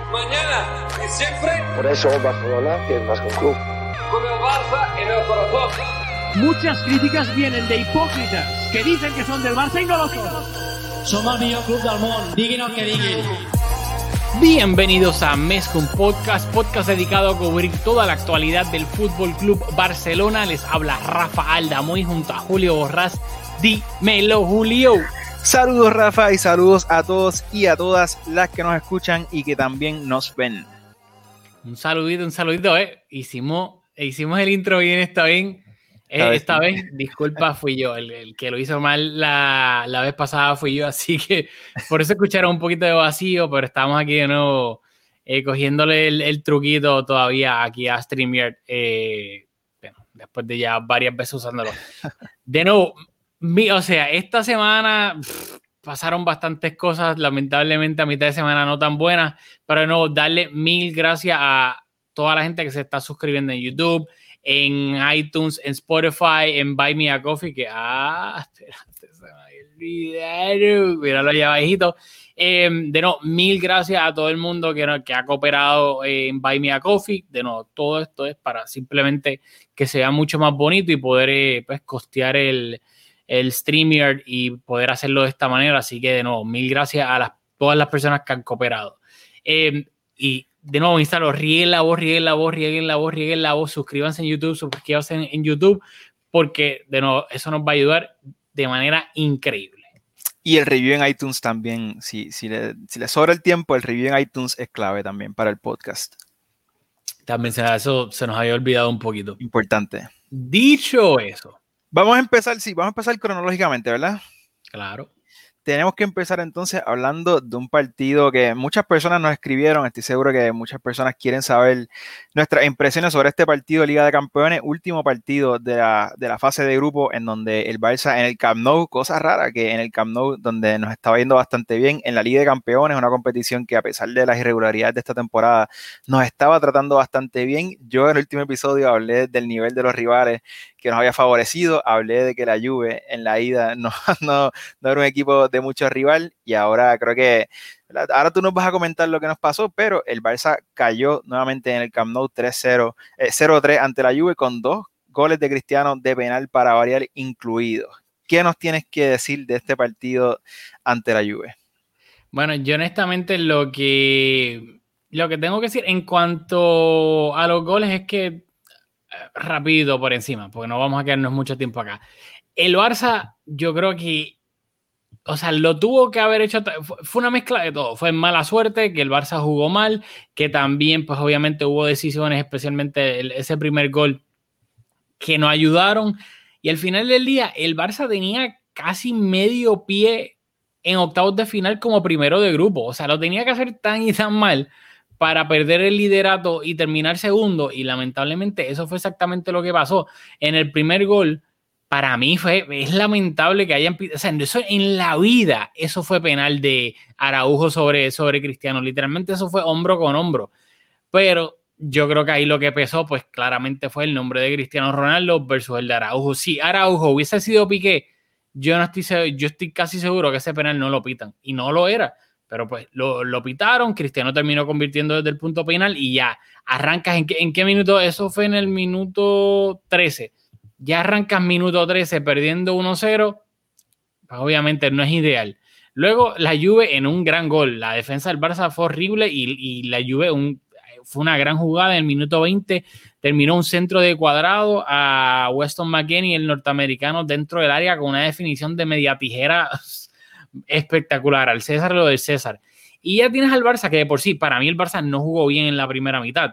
mañana y siempre. Por eso Barcelona es más que un club. Con el Barça en el corazón. Muchas críticas vienen de hipócritas que dicen que son del Barça y no lo son. Som el millor club del món, diguin el que diguin. Bienvenidos a Mezcum Podcast dedicado a cubrir toda la actualidad del Fútbol Club Barcelona. Les habla Rafa Aldamuy junto a Julio Borrás. Dímelo, Julio. Saludos, Rafa, y saludos a todos y a todas las que nos escuchan y que también nos ven. Un saludito, Hicimos el intro bien esta vez, disculpa, fui yo. El que lo hizo mal la vez pasada fui yo, así que por eso escucharon un poquito de vacío, pero estamos aquí de nuevo cogiéndole el truquito todavía aquí a StreamYard, después de ya varias veces usándolo. De nuevo, esta semana pasaron bastantes cosas, lamentablemente a mitad de semana no tan buenas, pero de nuevo, darle mil gracias a toda la gente que se está suscribiendo en YouTube, en iTunes, en Spotify, en Buy Me a Coffee, que espérate, se me olvidaron, míralo allá abajito. De nuevo, mil gracias a todo el mundo que ha cooperado en Buy Me a Coffee. De nuevo, todo esto es para simplemente que sea mucho más bonito y poder costear el StreamYard y poder hacerlo de esta manera. Así que de nuevo, mil gracias a todas las personas que han cooperado. Y de nuevo, instalo, rieguen la voz, suscríbanse en YouTube, porque de nuevo, eso nos va a ayudar de manera increíble. Y el review en iTunes también, si le sobra el tiempo, el review en iTunes es clave también para el podcast. También eso se nos había olvidado un poquito. Importante. Dicho eso. Vamos a empezar cronológicamente, ¿verdad? Claro. Tenemos que empezar entonces hablando de un partido que muchas personas nos escribieron. Estoy seguro que muchas personas quieren saber nuestras impresiones sobre este partido de Liga de Campeones, último partido de la fase de grupo en donde el Barça en el Camp Nou, cosa rara que en el Camp Nou, donde nos estaba yendo bastante bien en la Liga de Campeones, una competición que a pesar de las irregularidades de esta temporada nos estaba tratando bastante bien. Yo en el último episodio hablé del nivel de los rivales que nos había favorecido, hablé de que la Juve en la ida no era un equipo de mucho rival, y ahora creo que ahora tú nos vas a comentar lo que nos pasó, pero el Barça cayó nuevamente en el Camp Nou 0-3 ante la Juve con 2 goles de Cristiano de penal para variar incluidos. ¿Qué nos tienes que decir de este partido ante la Juve? Bueno, yo honestamente lo que tengo que decir en cuanto a los goles es que rápido por encima, porque no vamos a quedarnos mucho tiempo acá. El Barça, yo creo que, lo tuvo que haber hecho, fue una mezcla de todo. Fue mala suerte, que el Barça jugó mal, que también, pues obviamente hubo decisiones, especialmente ese primer gol, que no ayudaron. Y al final del día, el Barça tenía casi medio pie en octavos de final como primero de grupo. Lo tenía que hacer tan y tan mal para perder el liderato y terminar segundo, y lamentablemente eso fue exactamente lo que pasó. En el primer gol, para mí es lamentable que hayan... eso en la vida, eso fue penal de Araujo sobre Cristiano, literalmente eso fue hombro con hombro, pero yo creo que ahí lo que pesó, pues claramente fue el nombre de Cristiano Ronaldo versus el de Araujo. Si Araujo hubiese sido Piqué, yo estoy casi seguro que ese penal no lo pitan, y no lo era. Pero pues lo pitaron, Cristiano terminó convirtiendo desde el punto penal y ya arrancas. ¿En qué minuto? Eso fue en el minuto 13. Ya arrancas minuto 13 perdiendo 1-0. Pues obviamente no es ideal. Luego la Juve en un gran gol. La defensa del Barça fue horrible y la Juve fue una gran jugada. En el minuto 20 terminó un centro de Cuadrado a Weston McKennie, el norteamericano, dentro del área con una definición de media tijera espectacular. Al César lo del César. Y ya tienes al Barça, que de por sí, para mí el Barça no jugó bien en la primera mitad.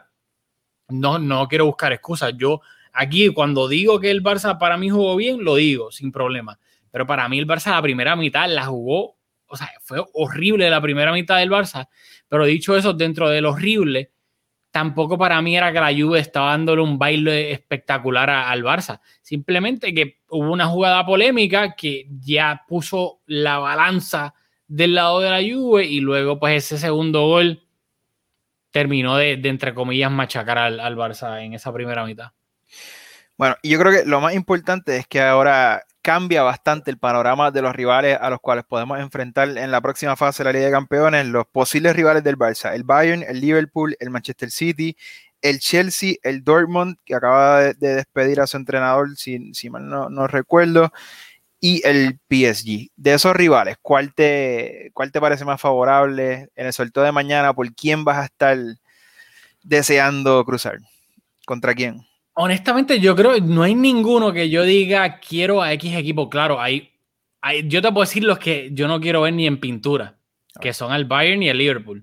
No quiero buscar excusas. Yo aquí cuando digo que el Barça para mí jugó bien, lo digo sin problema. Pero para mí el Barça la primera mitad la jugó, fue horrible la primera mitad del Barça. Pero dicho eso, dentro de lo horrible, tampoco para mí era que la Juve estaba dándole un baile espectacular al Barça. Simplemente que hubo una jugada polémica que ya puso la balanza del lado de la Juve, y luego pues ese segundo gol terminó de entre comillas machacar al Barça en esa primera mitad. Bueno, y yo creo que lo más importante es que ahora cambia bastante el panorama de los rivales a los cuales podemos enfrentar en la próxima fase de la Liga de Campeones, los posibles rivales del Barça, el Bayern, el Liverpool, el Manchester City, el Chelsea, el Dortmund, que acaba de despedir a su entrenador, si mal no recuerdo, y el PSG. De esos rivales, ¿cuál te parece más favorable en el sorteo de mañana? ¿Por quién vas a estar deseando cruzar? ¿Contra quién? Honestamente, yo creo que no hay ninguno que yo diga quiero a X equipo. Claro, yo te puedo decir los que yo no quiero ver ni en pintura, que son el Bayern y el Liverpool.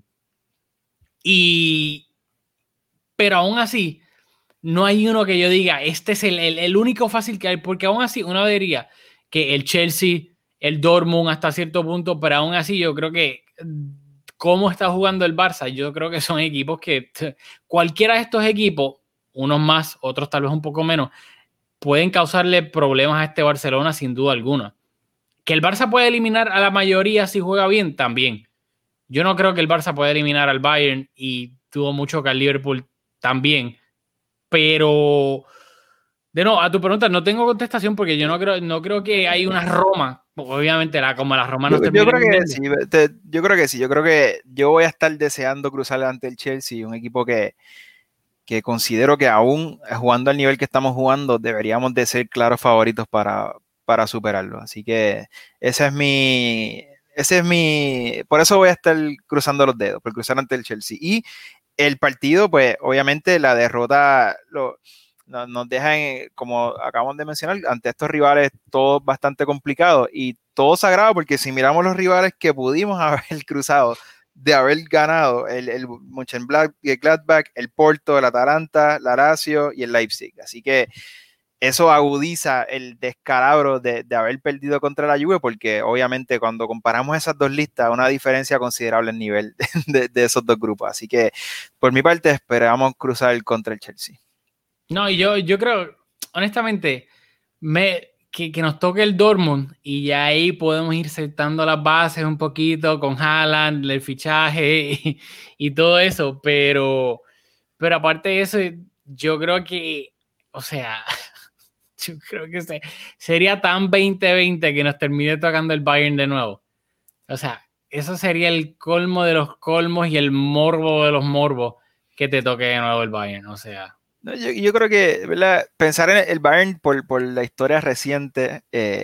Pero aún así, no hay uno que yo diga, este es el único fácil que hay, porque aún así uno diría que el Chelsea, el Dortmund hasta cierto punto, pero aún así yo creo que cómo está jugando el Barça, yo creo que son equipos que cualquiera de estos equipos, unos más, otros tal vez un poco menos, pueden causarle problemas a este Barcelona sin duda alguna. Que el Barça puede eliminar a la mayoría si juega bien, también. Yo no creo que el Barça pueda eliminar al Bayern y tuvo mucho que al Liverpool también. Pero, de nuevo, a tu pregunta no tengo contestación porque yo no creo que hay una Roma. Obviamente, como las romanas yo creo que sí, yo creo que sí. Yo creo que yo voy a estar deseando cruzar ante el Chelsea, un equipo que considero que aún jugando al nivel que estamos jugando deberíamos de ser claros favoritos para superarlo. Así que ese es mi, por eso voy a estar cruzando los dedos, por cruzar ante el Chelsea. Y el partido, pues obviamente la derrota nos deja, como acabamos de mencionar, ante estos rivales todos bastante complicados y todo sagrado, porque si miramos los rivales que pudimos haber cruzado, de haber ganado el Mönchengladbach, el Porto, el Atalanta, la Lazio y el Leipzig. Así que eso agudiza el descalabro de haber perdido contra la Juve, porque obviamente cuando comparamos esas dos listas, una diferencia considerable en nivel de esos dos grupos. Así que por mi parte esperamos cruzar contra el Chelsea. No, y yo creo, honestamente, que nos toque el Dortmund y ya ahí podemos ir sentando las bases un poquito con Haaland, el fichaje y todo eso, pero aparte de eso, yo creo que, o sea, yo creo que sería tan 2020 que nos termine tocando el Bayern de nuevo. O sea, eso sería el colmo de los colmos y el morbo de los morbos que te toque de nuevo el Bayern, o sea. Yo creo que, ¿verdad? Pensar en el Bayern por la historia reciente,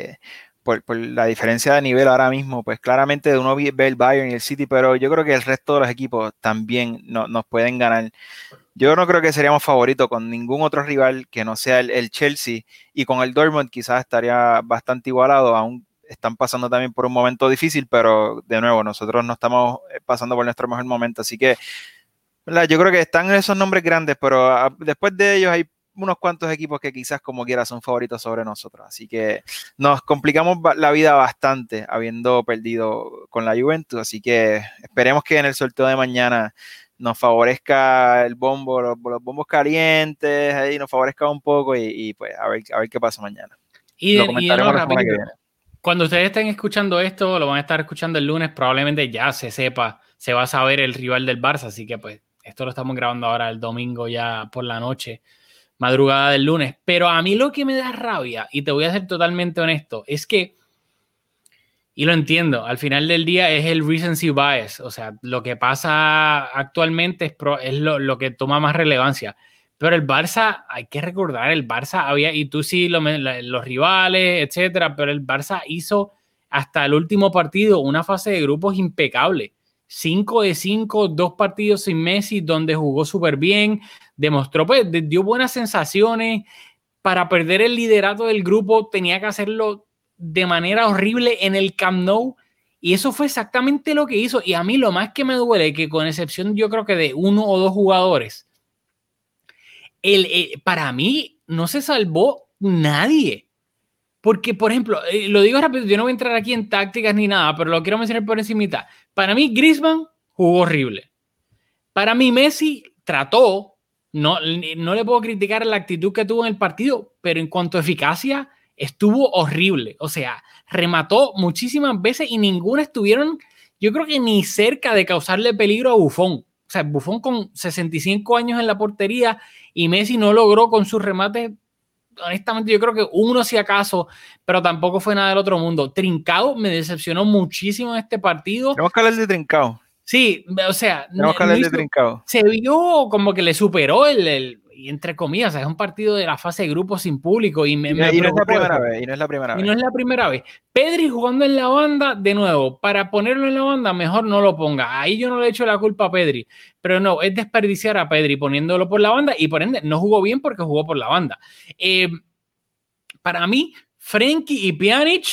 por la diferencia de nivel ahora mismo, pues claramente uno ve el Bayern y el City, pero yo creo que el resto de los equipos también nos pueden ganar. Yo no creo que seríamos favoritos con ningún otro rival que no sea el Chelsea, y con el Dortmund quizás estaría bastante igualado, aún están pasando también por un momento difícil, pero de nuevo, nosotros no estamos pasando por nuestro mejor momento, así que yo creo que están esos nombres grandes, pero después de ellos hay unos cuantos equipos que quizás como quiera son favoritos sobre nosotros. Así que nos complicamos la vida bastante habiendo perdido con la Juventus. Así que esperemos que en el sorteo de mañana nos favorezca el bombo, los bombos calientes, ahí nos favorezca un poco y pues a ver qué pasa mañana. Y cuando ustedes estén escuchando esto, lo van a estar escuchando el lunes, probablemente ya se va a saber el rival del Barça, así que pues esto lo estamos grabando ahora el domingo ya por la noche, madrugada del lunes. Pero a mí lo que me da rabia, y te voy a ser totalmente honesto, es que, y lo entiendo, al final del día es el recency bias, o sea, lo que pasa actualmente es lo que toma más relevancia. Pero el Barça, hay que recordar, el Barça había, y tú sí, los rivales, etcétera, pero el Barça hizo hasta el último partido una fase de grupos impecable. 5 de 5, 2 partidos sin Messi, donde jugó súper bien, demostró, pues, dio buenas sensaciones. Para perder el liderato del grupo tenía que hacerlo de manera horrible en el Camp Nou, y eso fue exactamente lo que hizo. Y a mí lo más que me duele, que con excepción yo creo que de 1 o 2 jugadores, para mí no se salvó nadie. Porque, por ejemplo, lo digo rápido, yo no voy a entrar aquí en tácticas ni nada, pero lo quiero mencionar por encimita. Para mí, Griezmann jugó horrible. Para mí, Messi trató, no le puedo criticar la actitud que tuvo en el partido, pero en cuanto a eficacia, estuvo horrible. O sea, remató muchísimas veces y ninguna estuvieron, yo creo que ni cerca de causarle peligro a Buffon. O sea, Buffon con 65 años en la portería y Messi no logró con sus remates honestamente yo creo que uno si acaso, pero tampoco fue nada del otro mundo. Trincao me decepcionó muchísimo en este partido. Tenemos que hablar de Trincao. Sí, o sea, tenemos que hablar de Trincao. Se vio como que le superó y entre comillas, o sea, es un partido de la fase de grupos sin público y no es la primera vez. Pedri jugando en la banda, de nuevo, para ponerlo en la banda, mejor no lo ponga. Ahí yo no le echo la culpa a Pedri, pero no, es desperdiciar a Pedri poniéndolo por la banda y por ende no jugó bien porque jugó por la banda. Para mí, Frenkie y Pjanic,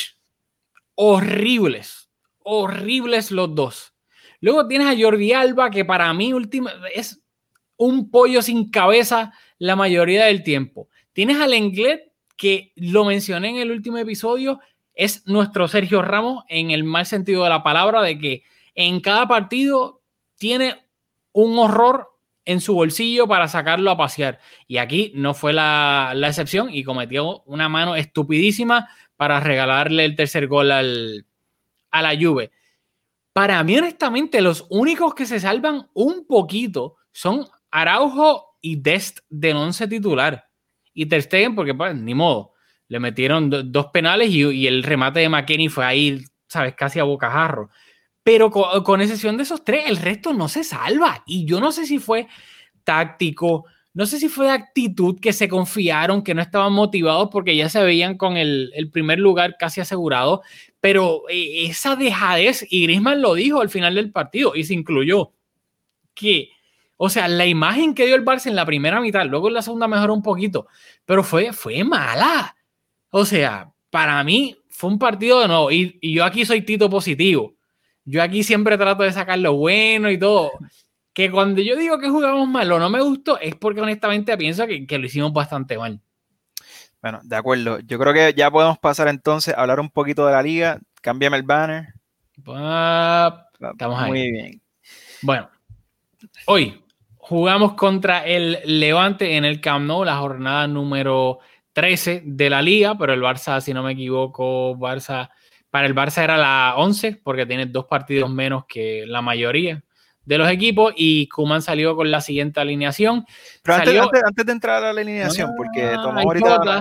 horribles los dos. Luego tienes a Jordi Alba, que para mí es un pollo sin cabeza la mayoría del tiempo. Tienes al Lenglet, que lo mencioné en el último episodio, es nuestro Sergio Ramos en el mal sentido de la palabra, de que en cada partido tiene un horror en su bolsillo para sacarlo a pasear. Y aquí no fue la excepción y cometió una mano estupidísima para regalarle el tercer gol a la Juve. Para mí, honestamente, los únicos que se salvan un poquito son Araujo y Dest del 11 titular. Y Ter Stegen, porque pues, ni modo. Le metieron dos penales y el remate de McKennie fue ahí, ¿sabes? Casi a bocajarro. Pero con excepción de esos tres, el resto no se salva. Y yo no sé si fue táctico, no sé si fue de actitud que se confiaron, que no estaban motivados porque ya se veían con el primer lugar casi asegurado. Pero esa dejadez, y Griezmann lo dijo al final del partido y se incluyó, que, o sea, la imagen que dio el Barça en la primera mitad, luego en la segunda mejoró un poquito, pero fue mala. O sea, para mí fue un partido de nuevo, y yo aquí soy Tito positivo. Yo aquí siempre trato de sacar lo bueno y todo. Que cuando yo digo que jugamos mal o no me gustó, es porque honestamente pienso que lo hicimos bastante mal. Bueno, de acuerdo. Yo creo que ya podemos pasar entonces a hablar un poquito de la liga. Cámbiame el banner. Estamos ahí. Muy bien. Bueno, hoy jugamos contra el Levante en el Camp Nou, la jornada número 13 de la liga, pero el Barça, si no me equivoco, para el Barça era la 11, porque tiene 2 partidos menos que la mayoría de los equipos, y Koeman salió con la siguiente alineación. Pero antes de entrar a la alineación, porque tomamos ahorita...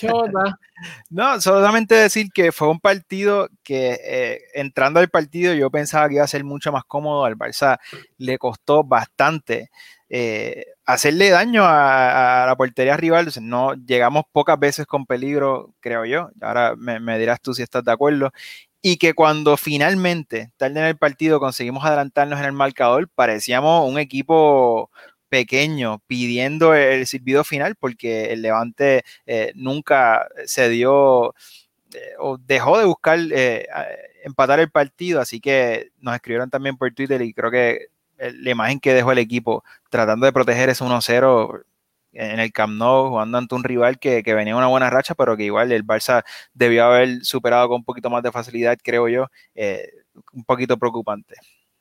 No, solamente decir que fue un partido que entrando al partido yo pensaba que iba a ser mucho más cómodo. Al Barça le costó bastante hacerle daño a la portería rival. Entonces, no llegamos pocas veces con peligro, creo yo. Ahora me dirás tú si estás de acuerdo. Y que cuando finalmente, tarde en el partido, conseguimos adelantarnos en el marcador, parecíamos un equipo pequeño pidiendo el silbido final, porque el Levante nunca se dio o dejó de buscar empatar el partido. Así que nos escribieron también por Twitter y creo que la imagen que dejó el equipo tratando de proteger ese 1-0 en el Camp Nou, jugando ante un rival que venía una buena racha, pero que igual el Barça debió haber superado con un poquito más de facilidad, creo yo. Un poquito preocupante.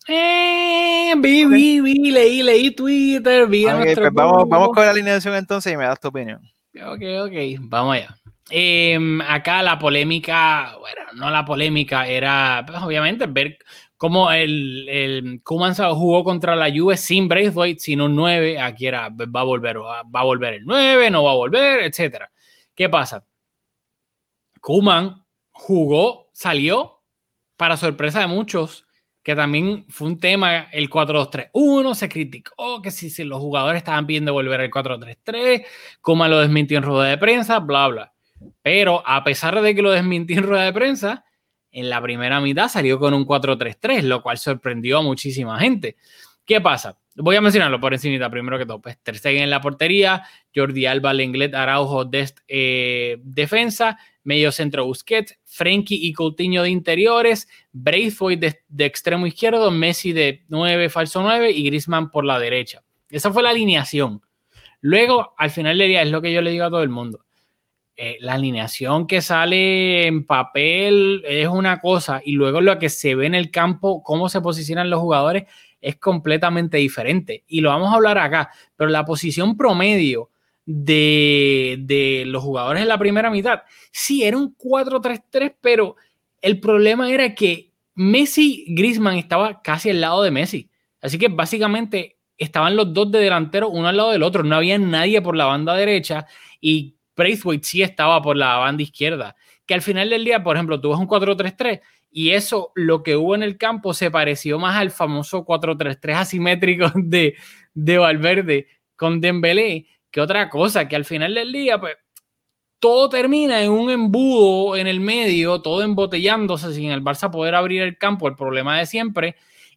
Leí Twitter, okay, pues vamos con la alineación entonces y me das tu opinión. Ok, vamos allá. Acá la polémica, bueno, no la polémica, era pues, obviamente ver cómo el Koeman jugó contra la Juve sin Braithwaite, sin un 9. Aquí era, va a volver el 9, no va a volver, etcétera. ¿Qué pasa? Koeman salió para sorpresa de muchos, que también fue un tema, el 4-2-3-1, se criticó que si los jugadores estaban pidiendo volver al 4-3-3, Koeman lo desmintió en rueda de prensa, bla, bla. Pero a pesar de que lo desmintió en rueda de prensa, en la primera mitad salió con un 4-3-3, lo cual sorprendió a muchísima gente. ¿Qué pasa? Voy a mencionarlo por encimita primero que todo. Pues Ter Stegen en la portería, Jordi Alba, Lenglet, Araujo, Dest, defensa, medio centro Busquets, Frenkie y Coutinho de interiores, Braithwaite de extremo izquierdo, Messi de 9, falso 9 y Griezmann por la derecha. Esa fue la alineación. Luego, al final del día, es lo que yo le digo a todo el mundo. La alineación que sale en papel es una cosa y luego lo que se ve en el campo, cómo se posicionan los jugadores, es completamente diferente. Y lo vamos a hablar acá, pero la posición promedio de los jugadores en la primera mitad, sí, era un 4-3-3, pero el problema era que Griezmann estaba casi al lado de Messi. Así que básicamente estaban los dos de delanteros uno al lado del otro. No había nadie por la banda derecha y Braithwaite sí estaba por la banda izquierda. Que al final del día, por ejemplo, tú ves un 4-3-3 y eso, lo que hubo en el campo se pareció más al famoso 4-3-3 asimétrico de Valverde con Dembélé que otra cosa, que al final del día, pues, todo termina en un embudo en el medio, todo embotellándose sin el Barça poder abrir el campo, el problema de siempre.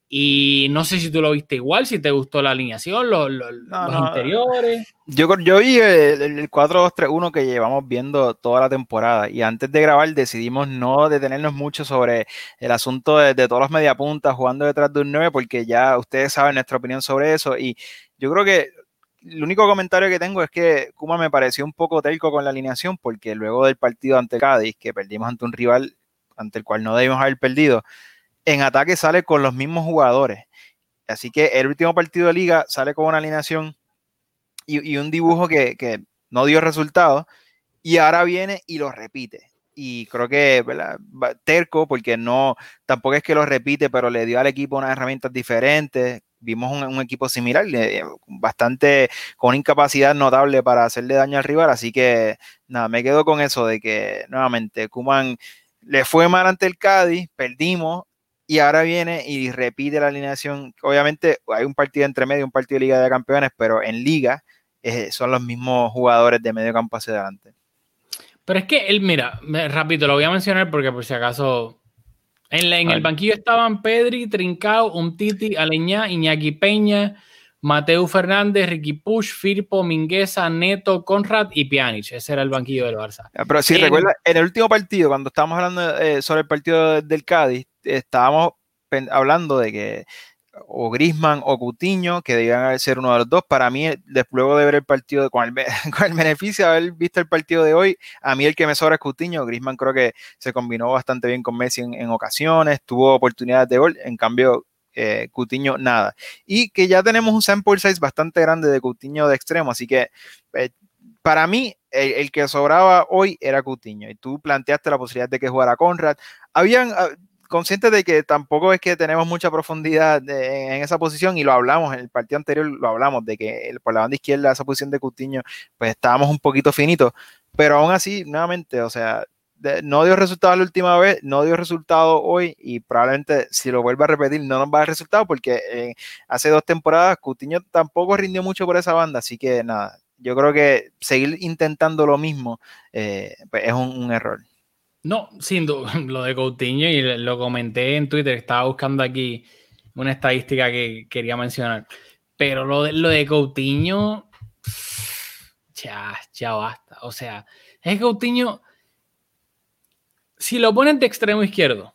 Y no sé si tú lo viste igual, si te gustó la alineación, los interiores. Yo vi el 4-2-3-1 que llevamos viendo toda la temporada y antes de grabar decidimos no detenernos mucho sobre el asunto de todos los mediapuntas jugando detrás de un 9 porque ya ustedes saben nuestra opinión sobre eso y yo creo que el único comentario que tengo es que Koeman me pareció un poco terco con la alineación porque luego del partido ante el Cádiz, que perdimos ante un rival ante el cual no debimos haber perdido, en ataque sale con los mismos jugadores. Así que el último partido de liga sale con una alineación y un dibujo que no dio resultado y ahora viene y lo repite. Y creo que, ¿verdad?, terco porque no, tampoco es que lo repite, pero le dio al equipo unas herramientas diferentes. Vimos un equipo similar, bastante con una incapacidad notable para hacerle daño al rival. Así que nada, me quedo con eso de que nuevamente Koeman le fue mal ante el Cádiz, perdimos. Y ahora viene y repite la alineación. Obviamente hay un partido entre medio, un partido de Liga de Campeones, pero en Liga son los mismos jugadores de medio campo hacia adelante. Pero es que él, mira, rápido, lo voy a mencionar porque por si acaso... En el banquillo estaban Pedri, Trincao, Umtiti, Aleñá, Iñaki Peña, Mateu Fernández, Riqui Puig, Firpo, Mingueza, Neto, Conrad y Pjanic. Ese era el banquillo del Barça. Pero si recuerdas, en el último partido, cuando estábamos hablando sobre el partido del Cádiz, estábamos hablando de que o Griezmann o Coutinho, que debían ser uno de los dos. Para mí, luego de ver el partido, con el beneficio de haber visto el partido de hoy, a mí el que me sobra es Coutinho. Griezmann creo que se combinó bastante bien con Messi en ocasiones, tuvo oportunidades de gol, en cambio Coutinho nada. Y que ya tenemos un sample size bastante grande de Coutinho de extremo, así que para mí el que sobraba hoy era Coutinho, y tú planteaste la posibilidad de que jugara Conrad. Habían... conscientes de que tampoco es que tenemos mucha profundidad en esa posición y lo hablamos, en el partido anterior lo hablamos, de que por la banda izquierda esa posición de Coutinho pues estábamos un poquito finitos, pero aún así, nuevamente, o sea, no dio resultado la última vez, no dio resultado hoy y probablemente si lo vuelve a repetir no nos va a dar resultado porque hace 2 temporadas Coutinho tampoco rindió mucho por esa banda, así que nada, yo creo que seguir intentando lo mismo pues es un error. No, sin duda, lo de Coutinho, y lo comenté en Twitter, estaba buscando aquí una estadística que quería mencionar, pero lo de Coutinho, ya basta. O sea, es que Coutinho, si lo ponen de extremo izquierdo,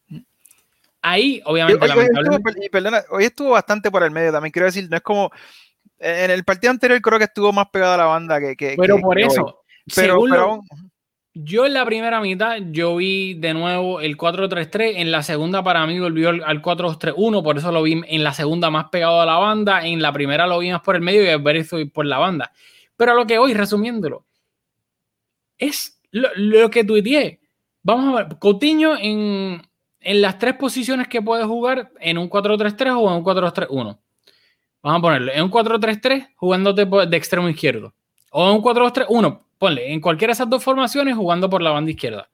ahí obviamente hoy estuvo bastante por el medio también, quiero decir, no es como en el partido anterior creo que estuvo más pegado a la banda pero por eso hoy. Pero yo en la primera mitad yo vi de nuevo el 4-3-3, en la segunda para mí volvió al 4-2-3-1, por eso lo vi en la segunda más pegado a la banda, en la primera lo vi más por el medio y el Berizzo por la banda. Pero lo que hoy, resumiéndolo, es lo que tuiteé. Vamos a ver, Coutinho en las 3 posiciones que puede jugar en un 4-3-3 o en un 4-2-3-1. Vamos a ponerlo en un 4-3-3 jugándote de extremo izquierdo o en un 4-2-3-1. Ponle, en cualquiera de esas 2 formaciones jugando por la banda izquierda.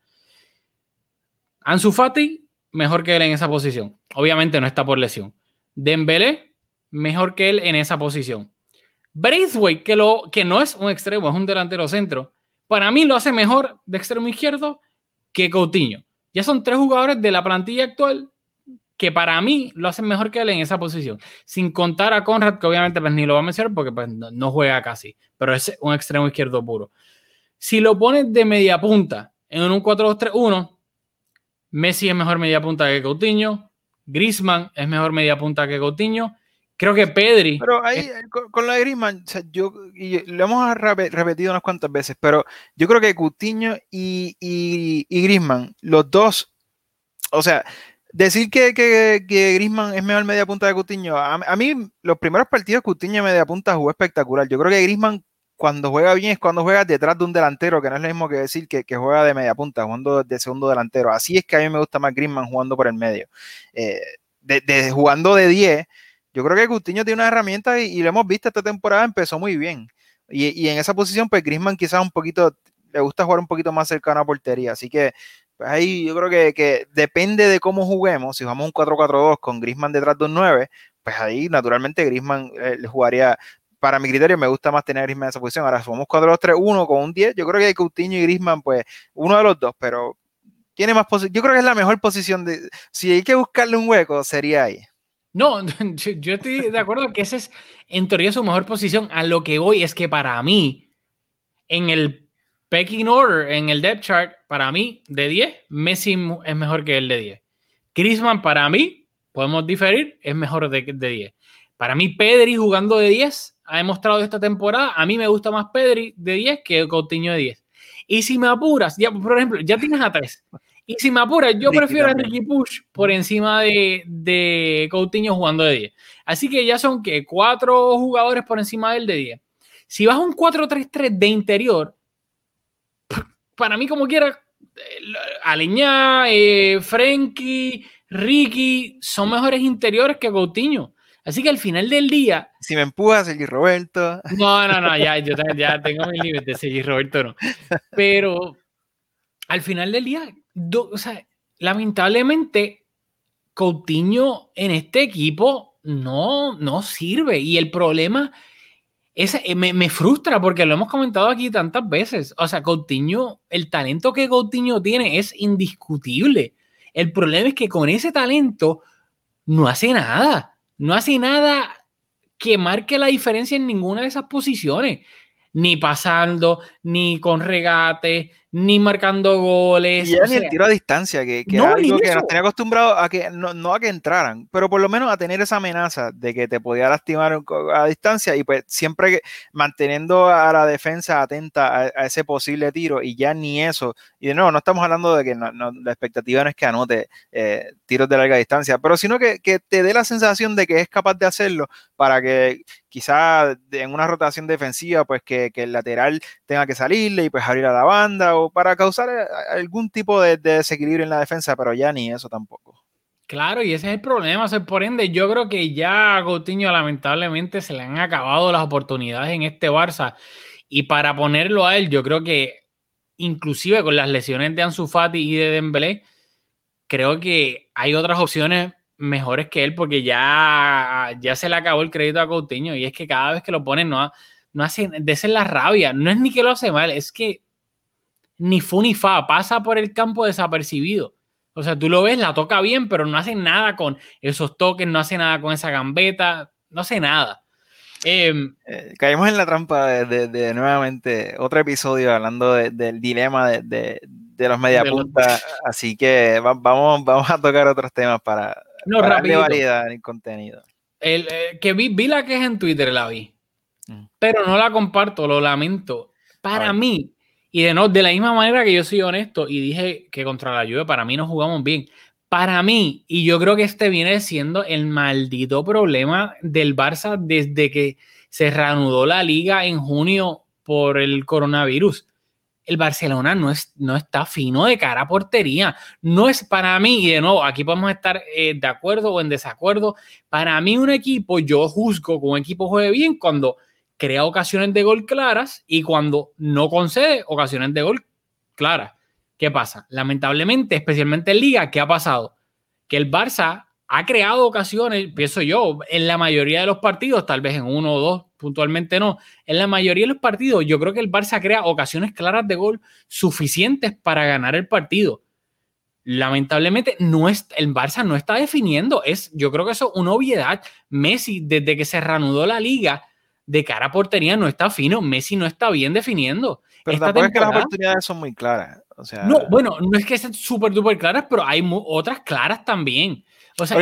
Ansu Fati, mejor que él en esa posición. Obviamente no está por lesión. Dembélé, mejor que él en esa posición. Braithwaite, que no es un extremo, es un delantero centro. Para mí lo hace mejor de extremo izquierdo que Coutinho. Ya son 3 jugadores de la plantilla actual que para mí lo hacen mejor que él en esa posición. Sin contar a Conrad, que obviamente pues, ni lo va a mencionar porque pues, no juega casi. Pero es un extremo izquierdo puro. Si lo pones de media punta en un 4-2-3-1, Messi es mejor media punta que Coutinho, Griezmann es mejor media punta que Coutinho, creo que Pedri... Pero ahí, con la de Griezmann, o sea, lo hemos repetido unas cuantas veces, pero yo creo que Coutinho y Griezmann, los dos, o sea, decir que Griezmann es mejor media punta que Coutinho, a mí los primeros partidos Coutinho media punta jugó espectacular. Yo creo que Griezmann cuando juega bien es cuando juega detrás de un delantero, que no es lo mismo que decir que juega de media punta, jugando de segundo delantero. Así es que a mí me gusta más Griezmann jugando por el medio. Jugando de 10, yo creo que Coutinho tiene una herramienta y lo hemos visto esta temporada, empezó muy bien. Y en esa posición, pues Griezmann quizás un poquito, le gusta jugar un poquito más cercano a portería, así que pues ahí yo creo que depende de cómo juguemos. Si jugamos un 4-4-2 con Griezmann detrás de un 9, pues ahí naturalmente Griezmann le jugaría. Para mi criterio me gusta más tener a Griezmann en esa posición. Ahora, si jugamos 4-2-3-1 con un 10, yo creo que Coutinho y Griezmann, pues uno de los dos, pero tiene más posición. Yo creo que es la mejor posición. Si hay que buscarle un hueco, sería ahí. No, yo estoy de acuerdo que esa es en teoría su mejor posición. A lo que voy es que para mí, en el pecking order, en el depth chart, para mí, de 10, Messi es mejor que el de 10. Griezmann, para mí, podemos diferir, es mejor de 10. Para mí, Pedri jugando de 10 ha demostrado esta temporada. A mí me gusta más Pedri de 10 que Coutinho de 10. Y si me apuras, ya, por ejemplo, ya tienes a 3. Y si me apuras, yo prefiero a Riqui Puig por encima de Coutinho jugando de 10. Así que ya son que 4 jugadores por encima del de 10. Si vas a un 4-3-3 de interior, para mí como quiera, Aleñá, Frenkie, Ricky son mejores interiores que Coutinho. Así que al final del día... Si me empujas, Sergi Roberto... No, yo ya tengo mis límites, Sergi Roberto no. Pero al final del día, o sea, lamentablemente, Coutinho en este equipo no sirve. Y el problema me frustra porque lo hemos comentado aquí tantas veces. O sea, Coutinho, el talento que Coutinho tiene es indiscutible. El problema es que con ese talento no hace nada. No hace nada que marque la diferencia en ninguna de esas posiciones. Ni pasando, ni con regate, ni marcando goles. Y ya ni el tiro a distancia, que no, algo que nos tenía acostumbrado a que no a que entraran, pero por lo menos a tener esa amenaza de que te podía lastimar a distancia y pues siempre manteniendo a la defensa atenta a ese posible tiro y ya ni eso. Y de nuevo, no estamos hablando de que la expectativa no es que anote tiros de larga distancia, pero sino que te dé la sensación de que es capaz de hacerlo para que quizá en una rotación defensiva pues que el lateral tenga que salirle y pues abrir a la banda o para causar algún tipo de desequilibrio en la defensa, pero ya ni eso tampoco. Claro, y ese es el problema. O sea, por ende, yo creo que ya a Coutinho lamentablemente se le han acabado las oportunidades en este Barça. Y para ponerlo a él, yo creo que inclusive con las lesiones de Ansu Fati y de Dembélé, creo que hay otras opciones mejores que él porque ya se le acabó el crédito a Coutinho. Y es que cada vez que lo ponen no hace de ser la rabia. No es ni que lo hace mal, es que ni fu ni fa, pasa por el campo desapercibido. O sea, tú lo ves, la toca bien, pero no hace nada con esos toques, no hace nada con esa gambeta, no hace nada. Caímos en la trampa de nuevamente otro episodio hablando del dilema de los mediapuntas, así que vamos a tocar otros temas para darle variedad en el contenido. Que vi la queja en Twitter, la vi, pero no la comparto, lo lamento. Para mí, y de la misma manera que yo soy honesto y dije que contra la Juve para mí no jugamos bien. Para mí, y yo creo que este viene siendo el maldito problema del Barça desde que se reanudó la liga en junio por el coronavirus. El Barcelona no está fino de cara a portería. No es para mí, y de nuevo, aquí podemos estar de acuerdo o en desacuerdo. Para mí un equipo, yo juzgo que un equipo juegue bien cuando crea ocasiones de gol claras y cuando no concede ocasiones de gol claras. ¿Qué pasa? Lamentablemente, especialmente en Liga, ¿qué ha pasado? Que el Barça ha creado ocasiones, pienso yo, en la mayoría de los partidos, tal vez en uno o dos, puntualmente no. En la mayoría de los partidos, yo creo que el Barça crea ocasiones claras de gol suficientes para ganar el partido. Lamentablemente, el Barça no está definiendo. Yo creo que eso es una obviedad. Messi, desde que se reanudó la Liga, de cara a portería no está fino. Messi no está bien definiendo. Pero tampoco es que las oportunidades son muy claras. O sea, no, bueno, no es que sean súper duper claras, pero hay otras claras también. O sea,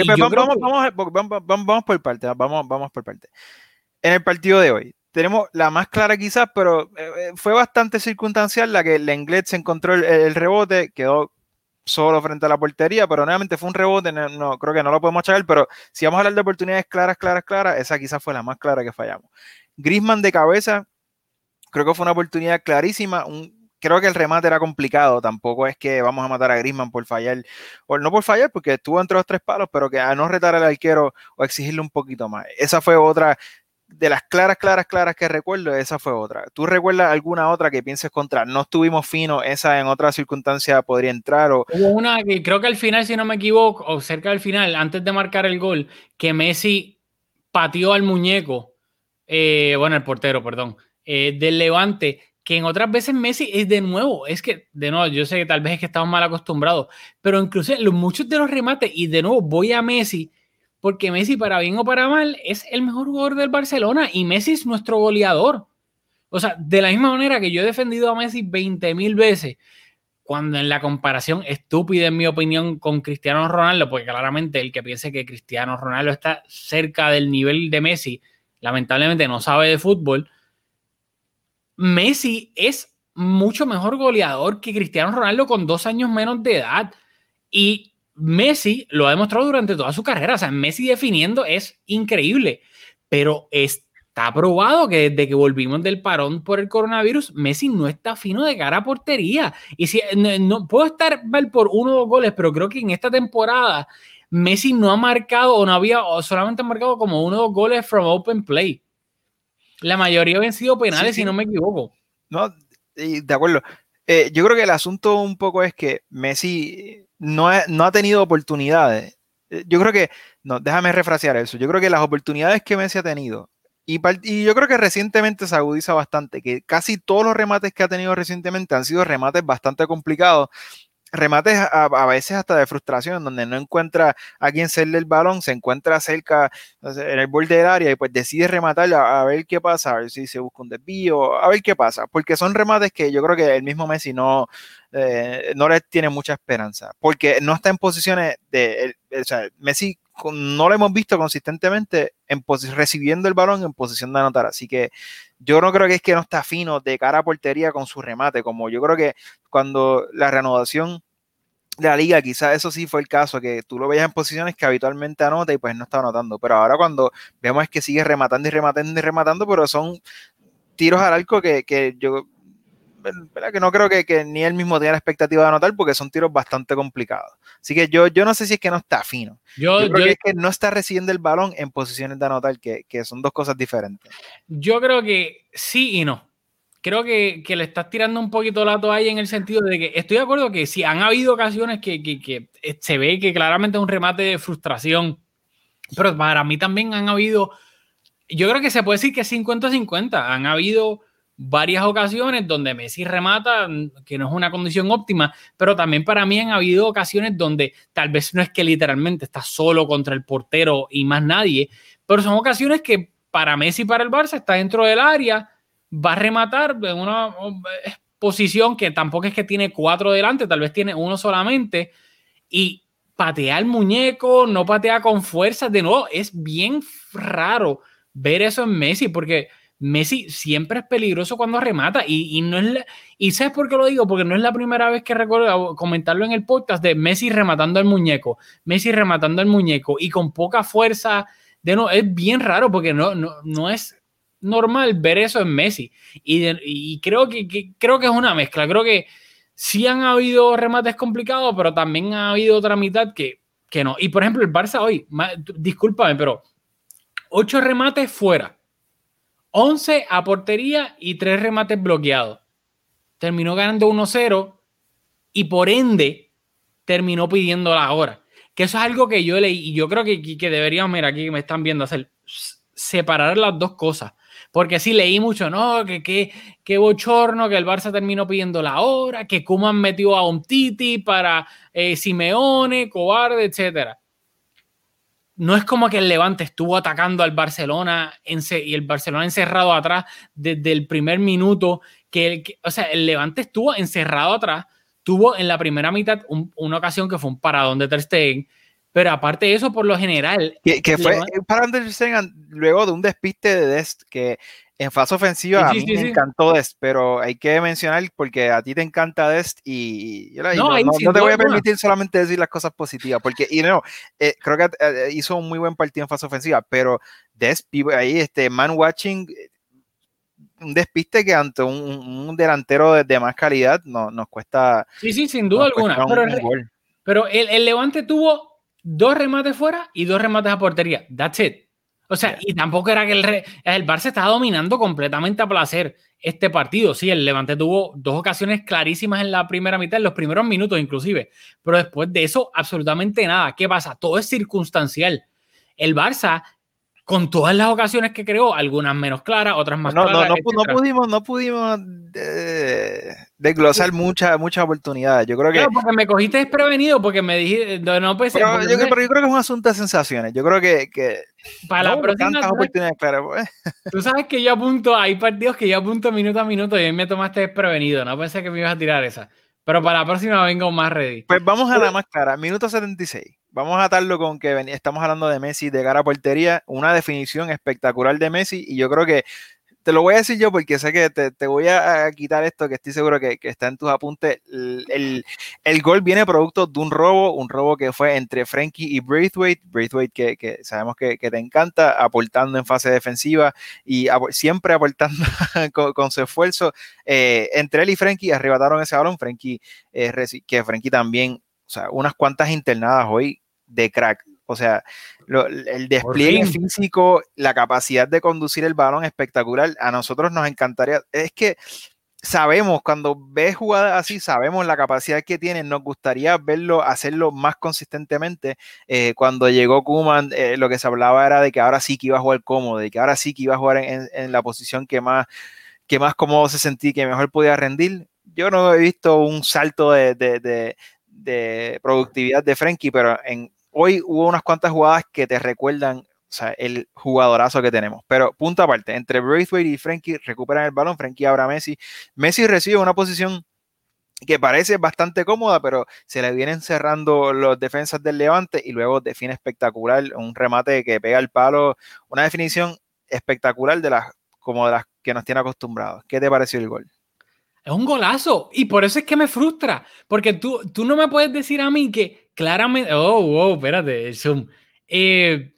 vamos por parte. Vamos por parte. En el partido de hoy, tenemos la más clara quizás, pero fue bastante circunstancial la que Lenglet se encontró el rebote, quedó solo frente a la portería, pero nuevamente fue un rebote, no creo que no lo podemos achacar, pero si vamos a hablar de oportunidades claras, esa quizás fue la más clara que fallamos. Griezmann de cabeza, creo que fue una oportunidad clarísima, creo que el remate era complicado, tampoco es que vamos a matar a Griezmann por fallar, o no por fallar, porque estuvo entre los tres palos, pero que a no retar al arquero o exigirle un poquito más. Esa fue otra de las claras que recuerdo, esa fue otra. ¿Tú recuerdas alguna otra que pienses contra? No estuvimos finos, esa en otra circunstancia podría entrar. Hubo una que creo que al final, si no me equivoco, o cerca del final, antes de marcar el gol, que Messi pateó al muñeco, el portero, perdón, del Levante, que en otras veces Messi es de nuevo, yo sé que tal vez es que estamos mal acostumbrados, pero incluso muchos de los remates, y de nuevo voy a Messi, porque Messi, para bien o para mal, es el mejor jugador del Barcelona y Messi es nuestro goleador. O sea, de la misma manera que yo he defendido a Messi 20,000 veces, cuando en la comparación estúpida, en mi opinión, con Cristiano Ronaldo, porque claramente el que piense que Cristiano Ronaldo está cerca del nivel de Messi, lamentablemente no sabe de fútbol. Messi es mucho mejor goleador que Cristiano Ronaldo con 2 años menos de edad. Y Messi lo ha demostrado durante toda su carrera. O sea, Messi definiendo es increíble. Pero está probado que desde que volvimos del parón por el coronavirus, Messi no está fino de cara a portería. Y si no puedo estar mal por 1 o 2 goles, pero creo que en esta temporada Messi no ha marcado o solamente ha marcado como 1 o 2 goles from open play. La mayoría habían sido penales, si no me equivoco. No, de acuerdo. Yo creo que el asunto un poco es que Messi no ha tenido oportunidades. Yo creo que, no, déjame refrasear eso. Yo creo que las oportunidades que Messi ha tenido, y yo creo que recientemente se agudiza bastante, que casi todos los remates que ha tenido recientemente han sido remates bastante complicados. Remates a veces hasta de frustración, donde no encuentra a quién hacerle el balón, se encuentra cerca en el borde del área y pues decide rematar a ver qué pasa, a ver si se busca un desvío, a ver qué pasa, porque son remates que yo creo que el mismo Messi no le tiene mucha esperanza, porque no está en posiciones o sea, Messi no lo hemos visto consistentemente recibiendo el balón en posición de anotar, así que yo no creo que es que no está fino de cara a portería con su remate, como yo creo que cuando la reanudación de la liga, quizás eso sí fue el caso, que tú lo veías en posiciones que habitualmente anota y pues no está anotando, pero ahora cuando vemos es que sigue rematando y rematando y rematando, pero son tiros al arco que yo, ¿verdad? Que no creo que ni él mismo tenga la expectativa de anotar porque son tiros bastante complicados. Así que yo no sé si es que no está fino. Yo creo que es que no está recibiendo el balón en posiciones de anotar, que son 2 cosas diferentes. Yo creo que sí y no. Creo que le estás tirando un poquito la toalla en el sentido de que estoy de acuerdo que sí han habido ocasiones que se ve que claramente es un remate de frustración, pero para mí también han habido, yo creo que se puede decir que 50-50. Han habido varias ocasiones donde Messi remata, que no es una condición óptima, pero también para mí han habido ocasiones donde tal vez no es que literalmente está solo contra el portero y más nadie, pero son ocasiones que para Messi y para el Barça está dentro del área, va a rematar en una posición que tampoco es que tiene 4 delante, tal vez tiene 1 solamente, y patea el muñeco, no patea con fuerza. De nuevo, es bien raro ver eso en Messi, porque Messi siempre es peligroso cuando remata y no es y ¿sabes por qué lo digo? Porque no es la primera vez que recuerdo comentarlo en el podcast de Messi rematando al muñeco y con poca fuerza. De nuevo, es bien raro porque no es normal ver eso en Messi y creo que es una mezcla. Creo que sí han habido remates complicados, pero también ha habido otra mitad que no. Y por ejemplo el Barça hoy, discúlpame, pero 8 remates fuera, 11 a portería y 3 remates bloqueados. Terminó ganando 1-0 y por ende terminó pidiendo la hora. Que eso es algo que yo leí y yo creo que deberíamos, mira, aquí me están viendo hacer, separar las 2 cosas. Porque sí leí mucho, no, que bochorno, que el Barça terminó pidiendo la hora, que Koeman metió a Umtiti para Simeone, cobarde, etcétera. No es como que el Levante estuvo atacando al Barcelona y el Barcelona encerrado atrás desde el primer minuto. O sea, el Levante estuvo encerrado atrás. Tuvo en la primera mitad una ocasión que fue un paradón de Ter Stegen. Pero aparte de eso, por lo general... Que fue un paradón de Ter Stegen luego de un despiste de Dest que en fase ofensiva a mí me encantó Dest, pero hay que mencionar porque a ti te encanta Dest y no te voy a permitir solamente decir las cosas positivas porque creo que hizo un muy buen partido en fase ofensiva, pero Dest ahí man watching un despiste que ante un delantero de más calidad nos cuesta. Sí, sin duda alguna. Pero el Levante tuvo 2 remates fuera y 2 remates a portería. That's it. O sea, y tampoco era que el Barça estaba dominando completamente a placer este partido. Sí, el Levante tuvo 2 ocasiones clarísimas en la primera mitad, en los primeros minutos inclusive, pero después de eso absolutamente nada. ¿Qué pasa? Todo es circunstancial. El Barça, con todas las ocasiones que creó, algunas menos claras, otras más claras. No pudimos desglosar muchas oportunidades. Yo creo que. Claro, porque me cogiste desprevenido, porque me dijiste. No pensé. Pero yo creo que es un asunto de sensaciones. Yo creo que para la próxima. Tantas oportunidades claras. Tú sabes que yo apunto, hay partidos que yo apunto minuto a minuto y a mí me tomaste desprevenido. No pensé que me ibas a tirar esa. Pero para la próxima vengo más ready. Pues vamos a la más clara. Minuto 76. Vamos a atarlo con que estamos hablando de Messi de cara a portería, una definición espectacular de Messi, y yo creo que te lo voy a decir yo porque sé que te voy a quitar esto, que estoy seguro que está en tus apuntes. El gol viene producto de un robo que fue entre Frenkie y Braithwaite que sabemos que te encanta, aportando en fase defensiva y siempre aportando con su esfuerzo. Entre él y Frenkie arrebataron ese balón. Frenkie también, o sea, unas cuantas internadas hoy de crack. O sea, el despliegue físico, la capacidad de conducir el balón espectacular. A nosotros nos encantaría. Es que sabemos, cuando ves jugadas así, sabemos la capacidad que tienen. Nos gustaría verlo, hacerlo más consistentemente. Cuando llegó Koeman, lo que se hablaba era de que ahora sí que iba a jugar cómodo, de que ahora sí que iba a jugar en la posición que más cómodo se sentía, que mejor podía rendir. Yo no he visto un salto de productividad de Frenkie, pero hoy hubo unas cuantas jugadas que te recuerdan, o sea, el jugadorazo que tenemos. Pero punto aparte, entre Braithwaite y Frenkie recuperan el balón, Frenkie abra a Messi. Messi recibe una posición que parece bastante cómoda, pero se le vienen cerrando los defensas del Levante y luego define espectacular, un remate que pega el palo, una definición espectacular como de las que nos tiene acostumbrados. ¿Qué te pareció el gol? Es un golazo y por eso es que me frustra, porque tú no me puedes decir a mí que claramente, espérate, el zoom, que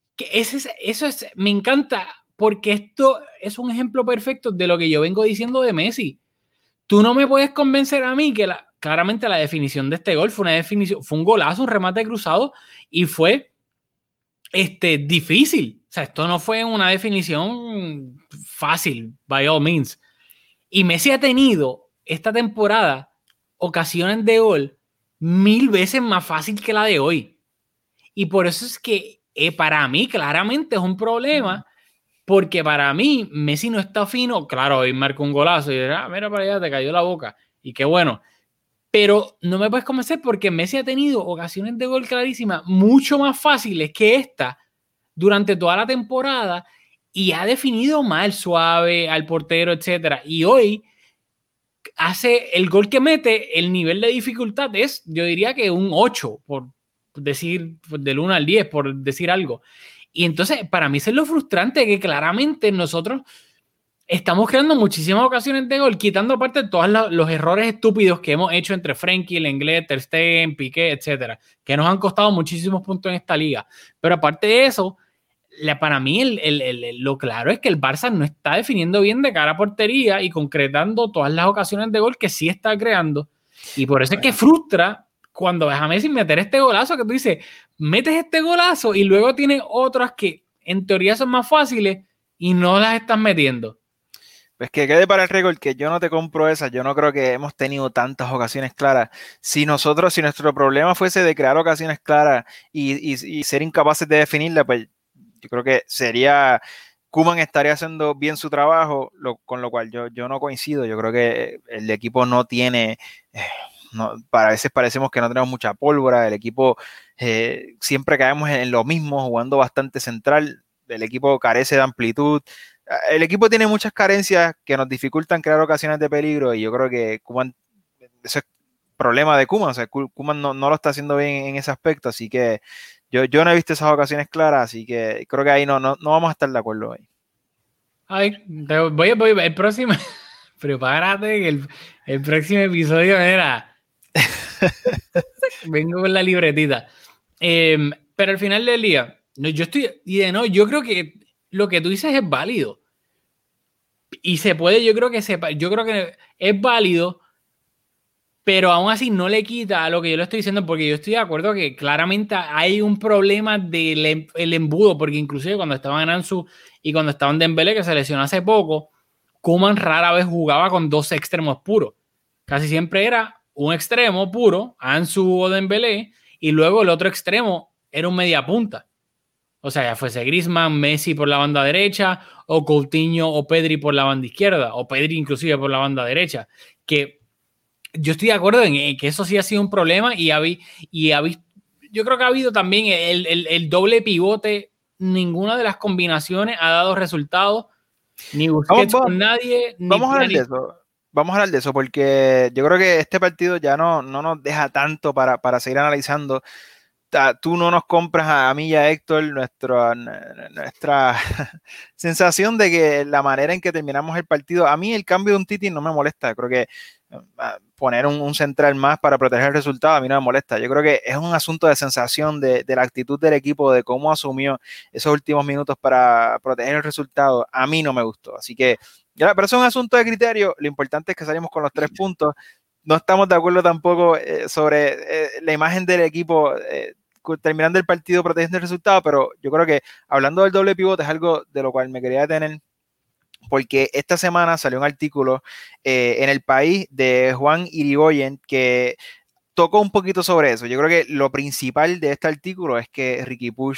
eso es, me encanta, porque esto es un ejemplo perfecto de lo que yo vengo diciendo de Messi. Tú no me puedes convencer a mí que claramente la definición de este gol fue un golazo, un remate cruzado y fue difícil. O sea, esto no fue una definición fácil, by all means. Y Messi ha tenido esta temporada ocasiones de gol 1000 veces más fácil que la de hoy. Y por eso es que para mí claramente es un problema, porque para mí Messi no está fino. Claro, hoy marcó un golazo y dirá, mira para allá, te cayó la boca. Y qué bueno. Pero no me puedes convencer porque Messi ha tenido ocasiones de gol clarísimas mucho más fáciles que esta durante toda la temporada. Y ha definido mal, suave, al portero, etcétera. Y hoy hace el gol que mete, el nivel de dificultad es, yo diría que un 8, por decir, del 1 al 10, por decir algo. Y entonces, para mí eso es lo frustrante, que claramente nosotros estamos creando muchísimas ocasiones de gol, quitando aparte todos los errores estúpidos que hemos hecho entre Frenkie, Lenglet, Ter Stegen, Piqué, etcétera, que nos han costado muchísimos puntos en esta liga. Pero aparte de eso, para mí lo claro es que el Barça no está definiendo bien de cara a portería y concretando todas las ocasiones de gol que sí está creando, y por eso es que frustra cuando ves a Messi meter este golazo, que tú dices, metes este golazo y luego tienes otras que en teoría son más fáciles y no las estás metiendo. Pues que quede para el récord que yo no te compro esa. Yo no creo que hemos tenido tantas ocasiones claras. Si nuestro problema fuese de crear ocasiones claras y ser incapaces de definirla, pues yo creo que Koeman estaría haciendo bien su trabajo, con lo cual yo no coincido. Yo creo que el equipo no tiene, a veces parecemos que no tenemos mucha pólvora. El equipo siempre caemos en lo mismo, jugando bastante central. El equipo carece de amplitud. El equipo tiene muchas carencias que nos dificultan crear ocasiones de peligro, y yo creo que Koeman, ese es problema de Koeman. O sea, Koeman no lo está haciendo bien en ese aspecto, así que yo no he visto esas ocasiones claras, así que creo que ahí no vamos a estar de acuerdo hoy. Ay, voy el próximo, prepárate que el próximo episodio era vengo con la libretita, pero al final del día yo creo que lo que tú dices es válido y se puede, yo creo que es válido, pero aún así no le quita a lo que yo le estoy diciendo, porque yo estoy de acuerdo que claramente hay un problema del el embudo, porque inclusive cuando estaban en Ansu y cuando estaban Dembélé, que se lesionó hace poco, Koeman rara vez jugaba con dos extremos puros. Casi siempre era un extremo puro, Ansu o Dembélé, y luego el otro extremo era un media punta. O sea, ya fuese Griezmann, Messi por la banda derecha, o Coutinho o Pedri por la banda izquierda, o Pedri inclusive por la banda derecha, que yo estoy de acuerdo en que eso sí ha sido un problema y yo creo que ha habido también el doble pivote. Ninguna de las combinaciones ha dado resultados, ni Busquets con nadie. Vamos a hablar de eso porque yo creo que este partido ya no nos deja tanto para seguir analizando. Tú no nos compras a mí y a Héctor nuestra sensación de que la manera en que terminamos el partido, a mí el cambio de un Titi no me molesta. Creo que poner un central más para proteger el resultado a mí no me molesta. Yo creo que es un asunto de sensación de la actitud del equipo, de cómo asumió esos últimos minutos para proteger el resultado. A mí no me gustó. Así que, pero eso es un asunto de criterio. Lo importante es que salimos con los 3 puntos. No estamos de acuerdo tampoco sobre la imagen del equipo terminando el partido protegiendo el resultado, pero yo creo que hablando del doble pivote es algo de lo cual me quería detener, porque esta semana salió un artículo en El País de Juan Irigoyen que tocó un poquito sobre eso. Yo creo que lo principal de este artículo es que Riqui Puig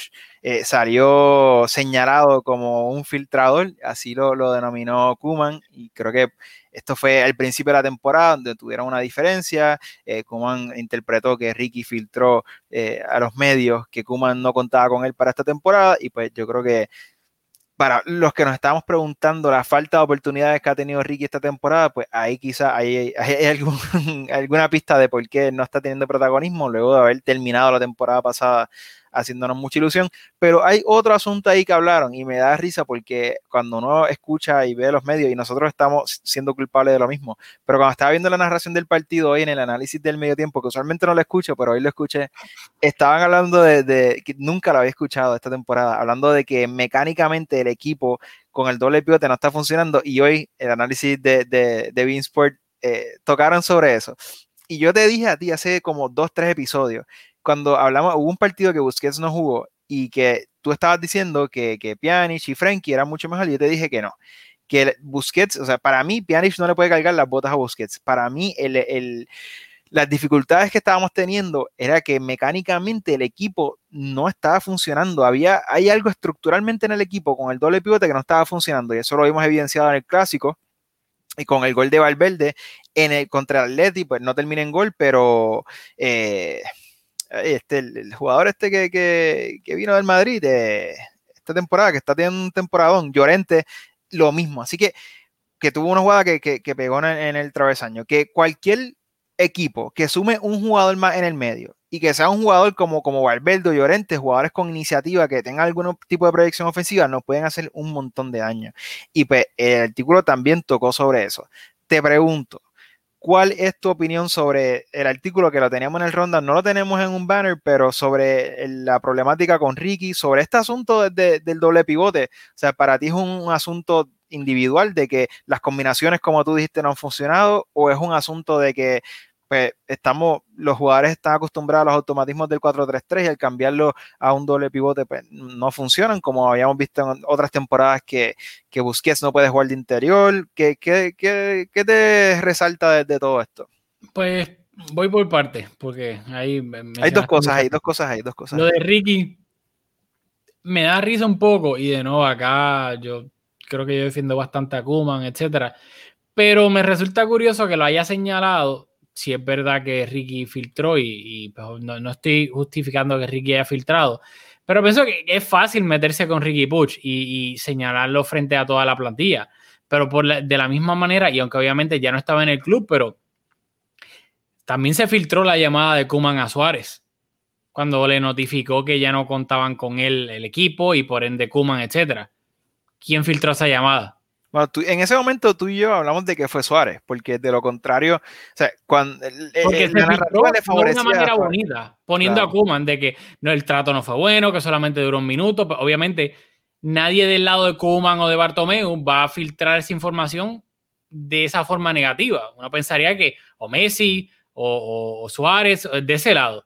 salió señalado como un filtrador, así lo denominó Koeman, y creo que esto fue al principio de la temporada donde tuvieron una diferencia. Koeman interpretó que Riqui filtró a los medios que Koeman no contaba con él para esta temporada, y pues yo creo que para los que nos estábamos preguntando la falta de oportunidades que ha tenido Riqui esta temporada, pues ahí quizá hay alguna pista de por qué no está teniendo protagonismo luego de haber terminado la temporada pasada haciéndonos mucha ilusión. Pero hay otro asunto ahí que hablaron y me da risa porque cuando uno escucha y ve los medios, y nosotros estamos siendo culpables de lo mismo, pero cuando estaba viendo la narración del partido hoy en el análisis del medio tiempo, que usualmente no lo escucho, pero hoy lo escuché, estaban hablando de que nunca lo había escuchado esta temporada, hablando de que mecánicamente el equipo con el doble pivote no está funcionando, y hoy el análisis de Beansport tocaron sobre eso. Y yo te dije a ti hace como 2-3 episodios, cuando hablamos, hubo un partido que Busquets no jugó y que tú estabas diciendo que Pjanic y Frenkie eran mucho mejor, y yo te dije que no, que Busquets, o sea, para mí Pjanic no le puede cargar las botas a Busquets. Para mí las dificultades que estábamos teniendo era que mecánicamente el equipo no estaba funcionando. Hay algo estructuralmente en el equipo con el doble pivote que no estaba funcionando, y eso lo vimos evidenciado en el Clásico y con el gol de Valverde contra el Atleti. Pues no termina en gol, pero el jugador que vino del Madrid esta temporada, que está teniendo un temporadón, Llorente, lo mismo. Así que tuvo una jugada que pegó en el travesaño. Que cualquier equipo que sume un jugador más en el medio y que sea un jugador como Valverde o Llorente, jugadores con iniciativa que tengan algún tipo de proyección ofensiva, nos pueden hacer un montón de daño. Y pues el artículo también tocó sobre eso. Te pregunto, ¿cuál es tu opinión sobre el artículo que lo teníamos en el Rundown? No lo tenemos en un banner, pero sobre la problemática con Riqui, sobre este asunto del doble pivote. O sea, ¿para ti es un asunto individual de que las combinaciones, como tú dijiste, no han funcionado, o es un asunto de que pues, los jugadores están acostumbrados a los automatismos del 4-3-3 y al cambiarlo a un doble pivote pues, no funcionan, como habíamos visto en otras temporadas que Busquets no puede jugar de interior? ¿Qué te resalta de todo esto? Pues voy por partes, porque hay dos cosas. Lo de Riqui me da risa un poco, y de nuevo acá yo creo que yo defiendo bastante a Koeman, etcétera, pero me resulta curioso que lo haya señalado. Si es verdad que Riqui filtró, y pues no estoy justificando que Riqui haya filtrado, pero pienso que es fácil meterse con Riqui Puig y señalarlo frente a toda la plantilla, pero de la misma manera, y aunque obviamente ya no estaba en el club, pero también se filtró la llamada de Koeman a Suárez cuando le notificó que ya no contaban con él el equipo y por ende Koeman, etcétera. ¿Quién filtró esa llamada? Bueno, en ese momento tú y yo hablamos de que fue Suárez, porque de lo contrario, o sea, cuando la narrativa le favorecía de una manera bonita, poniendo a Koeman de que no, el trato no fue bueno, que solamente duró un minuto. Pero obviamente nadie del lado de Koeman o de Bartomeu va a filtrar esa información de esa forma negativa. Uno pensaría que o Messi o Suárez, de ese lado.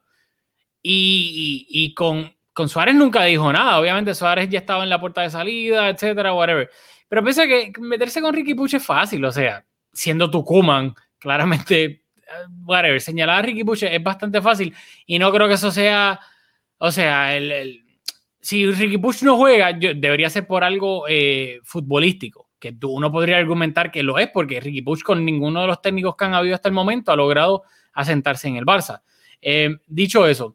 Y con Suárez nunca dijo nada. Obviamente Suárez ya estaba en la puerta de salida, etcétera, whatever. Pero piensa que meterse con Riqui Puig es fácil, o sea, siendo Tucumán, claramente, whatever, señalar a Riqui Puig es bastante fácil y no creo que eso sea, o sea, si Riqui Puig no juega, debería ser por algo futbolístico, que uno podría argumentar que lo es, porque Riqui Puig con ninguno de los técnicos que han habido hasta el momento ha logrado asentarse en el Barça. Dicho eso,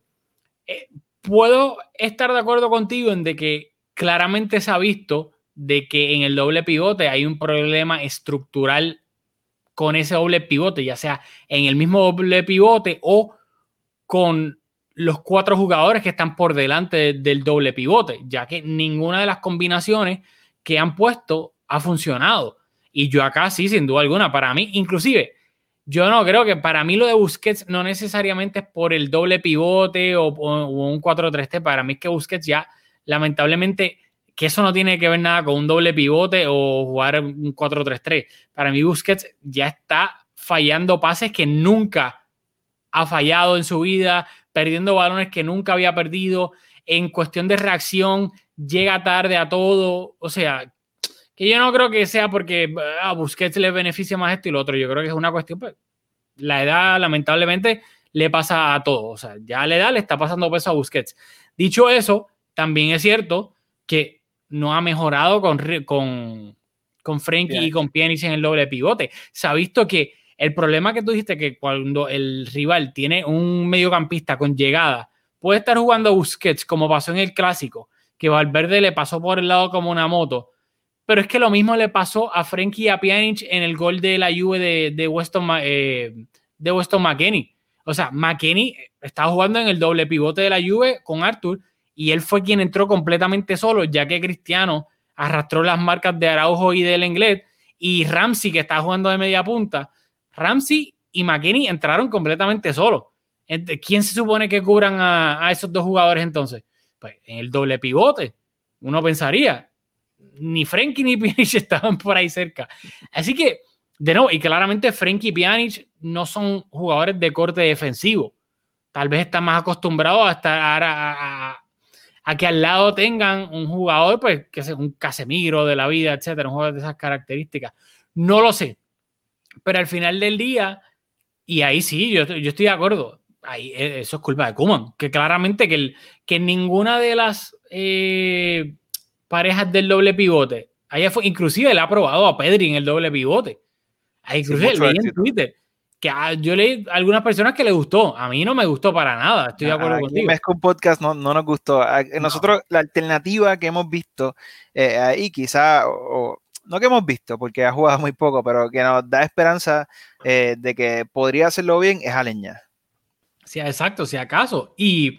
puedo estar de acuerdo contigo en de que claramente se ha visto de que en el doble pivote hay un problema estructural con ese doble pivote, ya sea en el mismo doble pivote o con los 4 jugadores que están por delante del doble pivote, ya que ninguna de las combinaciones que han puesto ha funcionado. Y yo acá sí, sin duda alguna, para mí, inclusive, yo no creo que para mí lo de Busquets no necesariamente es por el doble pivote o un 4-3-3, para mí es que Busquets ya, lamentablemente, que eso no tiene que ver nada con un doble pivote o jugar un 4-3-3. Para mí Busquets ya está fallando pases que nunca ha fallado en su vida, perdiendo balones que nunca había perdido, en cuestión de reacción, llega tarde a todo, o sea, que yo no creo que sea porque a Busquets le beneficia más esto y lo otro, yo creo que es una cuestión, pues, la edad lamentablemente le pasa a todo, o sea, ya la edad le está pasando peso a Busquets. Dicho eso, también es cierto que no ha mejorado con Frenkie y con Pjanic en el doble pivote. Se ha visto que el problema que tú dijiste, que cuando el rival tiene un mediocampista con llegada, puede estar jugando a Busquets, como pasó en el Clásico, que Valverde le pasó por el lado como una moto, pero es que lo mismo le pasó a Frenkie y a Pjanic en el gol de la Juve de Weston McKennie. O sea, McKennie estaba jugando en el doble pivote de la Juve con Arthur, y él fue quien entró completamente solo, ya que Cristiano arrastró las marcas de Araujo y de Lenglet, y Ramsey, que estaba jugando de media punta, Ramsey y McKennie entraron completamente solos. ¿Quién se supone que cubran a esos 2 jugadores entonces? Pues en el doble pivote, uno pensaría. Ni Frenkie ni Pjanic estaban por ahí cerca. Así que, de nuevo, y claramente Frenkie y Pjanic no son jugadores de corte defensivo. Tal vez están más acostumbrados a estar a que al lado tengan un jugador, pues, que sea un Casemiro de la vida, etcétera, un jugador de esas características. No lo sé. Pero al final del día, y ahí sí, yo estoy de acuerdo, ahí, eso es culpa de Koeman, que claramente que ninguna de las parejas del doble pivote, inclusive le ha probado a Pedri en el doble pivote. Ahí inclusive leí en Twitter que yo leí a algunas personas que le gustó. A mí no me gustó para nada, estoy de acuerdo contigo. Mezco Podcast no nos gustó. Nosotros, la alternativa que hemos visto ahí quizá, no que hemos visto porque ha jugado muy poco, pero que nos da esperanza de que podría hacerlo bien, es Aleñá. Sí, exacto, si acaso. Y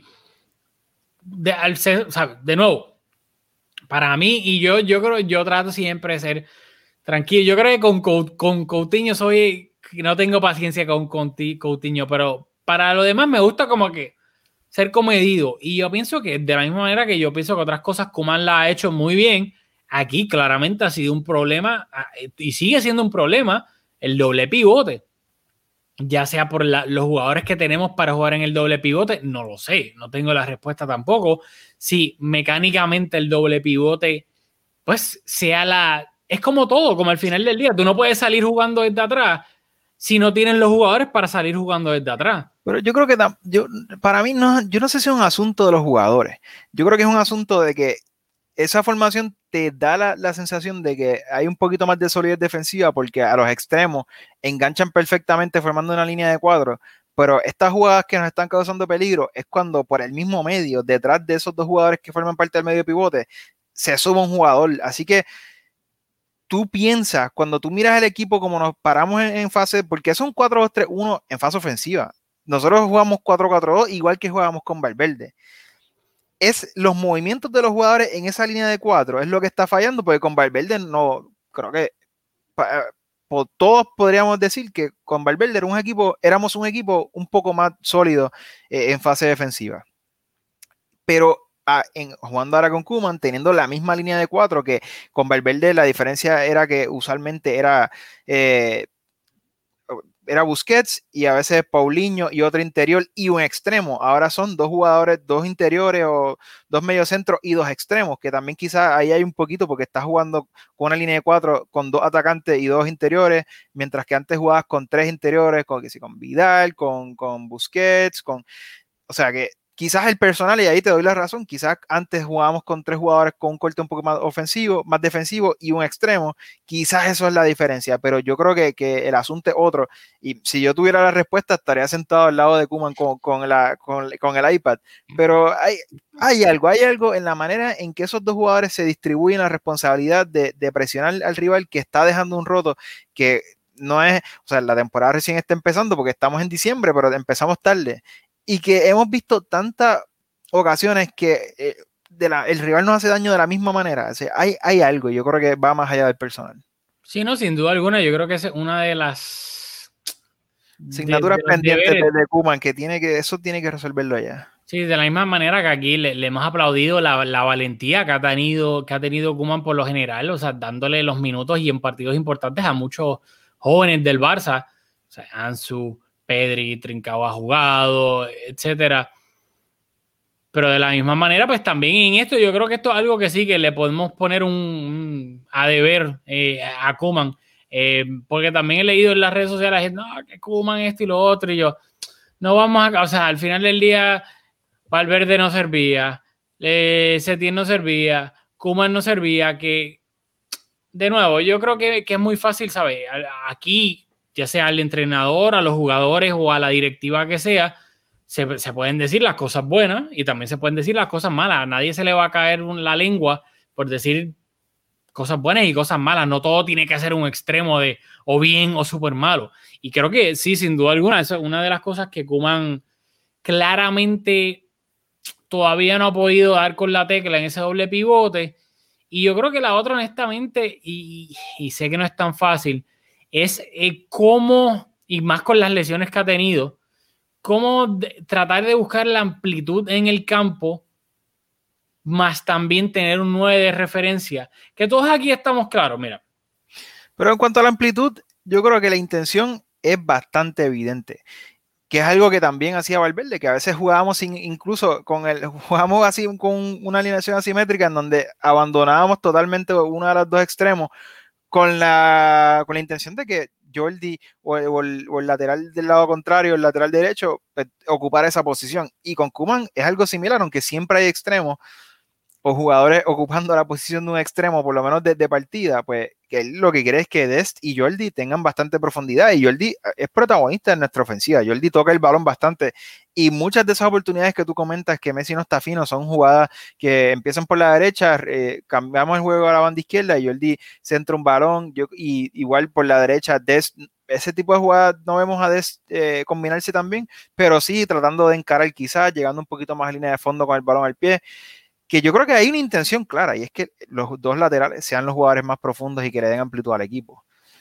de nuevo, para mí, y yo creo, yo trato siempre de ser tranquilo. Yo creo que con Coutinho no tengo paciencia con Coutinho, pero para lo demás me gusta como que ser comedido. Y yo pienso que de la misma manera que yo pienso que otras cosas Koeman la ha hecho muy bien, aquí claramente ha sido un problema y sigue siendo un problema el doble pivote. Ya sea por los jugadores que tenemos para jugar en el doble pivote, no lo sé, no tengo la respuesta tampoco. Si mecánicamente el doble pivote, pues es como todo, como al final del día, tú no puedes salir jugando desde atrás si no tienen los jugadores para salir jugando desde atrás. Pero yo creo que para mí yo no sé si es un asunto de los jugadores. Yo creo que es un asunto de que esa formación te da la sensación de que hay un poquito más de solidez defensiva porque a los extremos enganchan perfectamente formando una línea de 4, pero estas jugadas que nos están causando peligro es cuando por el mismo medio, detrás de esos 2 jugadores que forman parte del medio pivote, se suma un jugador. Así que tú piensas, cuando tú miras el equipo como nos paramos en fase, porque es un 4-2-3-1 en fase ofensiva. Nosotros jugamos 4-4-2 igual que jugábamos con Valverde. Es los movimientos de los jugadores en esa línea de 4 es lo que está fallando, porque con Valverde no, creo que todos podríamos decir que con Valverde éramos un equipo un poco más sólido en fase defensiva. Pero jugando ahora con Koeman, teniendo la misma línea de 4, que con Valverde la diferencia era que usualmente era era Busquets y a veces Paulinho y otro interior y un extremo. Ahora son 2 jugadores, 2 interiores o 2 mediocentros y 2 extremos, que también quizás ahí hay un poquito porque estás jugando con una línea de 4 con 2 atacantes y 2 interiores, mientras que antes jugabas con 3 interiores, con Vidal, con Busquets, o sea que quizás el personal, y ahí te doy la razón, quizás antes jugábamos con 3 jugadores con un corte un poco más ofensivo, más defensivo y un extremo, quizás eso es la diferencia, pero yo creo que el asunto es otro, y si yo tuviera la respuesta estaría sentado al lado de Koeman con el iPad, pero hay algo en la manera en que esos 2 jugadores se distribuyen la responsabilidad de presionar al rival que está dejando un roto que no es, o sea, la temporada recién está empezando porque estamos en diciembre, pero empezamos tarde. Y que hemos visto tantas ocasiones que el rival nos hace daño de la misma manera. O sea, hay algo, yo creo que va más allá del personal. Sí, no, sin duda alguna, yo creo que es una de las asignaturas pendientes de Koeman, que eso tiene que resolverlo allá. Sí, de la misma manera que aquí le hemos aplaudido la valentía que ha tenido Koeman por lo general, o sea, dándole los minutos y en partidos importantes a muchos jóvenes del Barça, o sea, Ansu, Pedri, Trincao ha jugado, etcétera. Pero de la misma manera, pues también en esto, yo creo que esto es algo que sí que le podemos poner a deber a Koeman. Porque también he leído en las redes sociales, no, que Koeman esto y lo otro, y yo, no vamos a, o sea, al final del día, Valverde no servía, Setién no servía, Koeman no servía, que, de nuevo, yo creo que es muy fácil, ¿sabes? Aquí, ya sea al entrenador, a los jugadores o a la directiva que sea, se pueden decir las cosas buenas y también se pueden decir las cosas malas. A nadie se le va a caer la lengua por decir cosas buenas y cosas malas. No todo tiene que ser un extremo de o bien o súper malo. Y creo que sí, sin duda alguna, eso es una de las cosas que Koeman claramente todavía no ha podido dar con la tecla en ese doble pivote. Y yo creo que la otra, honestamente, y sé que no es tan fácil, es cómo, y más con las lesiones que ha tenido, cómo tratar de buscar la amplitud en el campo, más también tener un 9 de referencia, que todos aquí estamos claros, mira. Pero en cuanto a la amplitud, yo creo que la intención es bastante evidente, que es algo que también hacía Valverde, que a veces jugábamos jugamos así con una alineación asimétrica en donde abandonábamos totalmente uno de los 2 extremos, con la intención de que Jordi o el lateral del lado contrario, el lateral derecho, pues, ocupara esa posición. Y con Koeman es algo similar, aunque siempre hay extremos o jugadores ocupando la posición de un extremo, por lo menos de partida, pues que él lo que quiere es que Dest y Jordi tengan bastante profundidad, y Jordi es protagonista en nuestra ofensiva. Jordi toca el balón bastante, y muchas de esas oportunidades que tú comentas que Messi no está fino son jugadas que empiezan por la derecha, cambiamos el juego a la banda izquierda y Jordi centra un balón, y igual por la derecha Dest, ese tipo de jugadas no vemos a Dest combinarse también, pero sí tratando de encarar quizás, llegando un poquito más a línea de fondo con el balón al pie, que yo creo que hay una intención clara, y es que los 2 laterales sean los jugadores más profundos y que le den amplitud al equipo.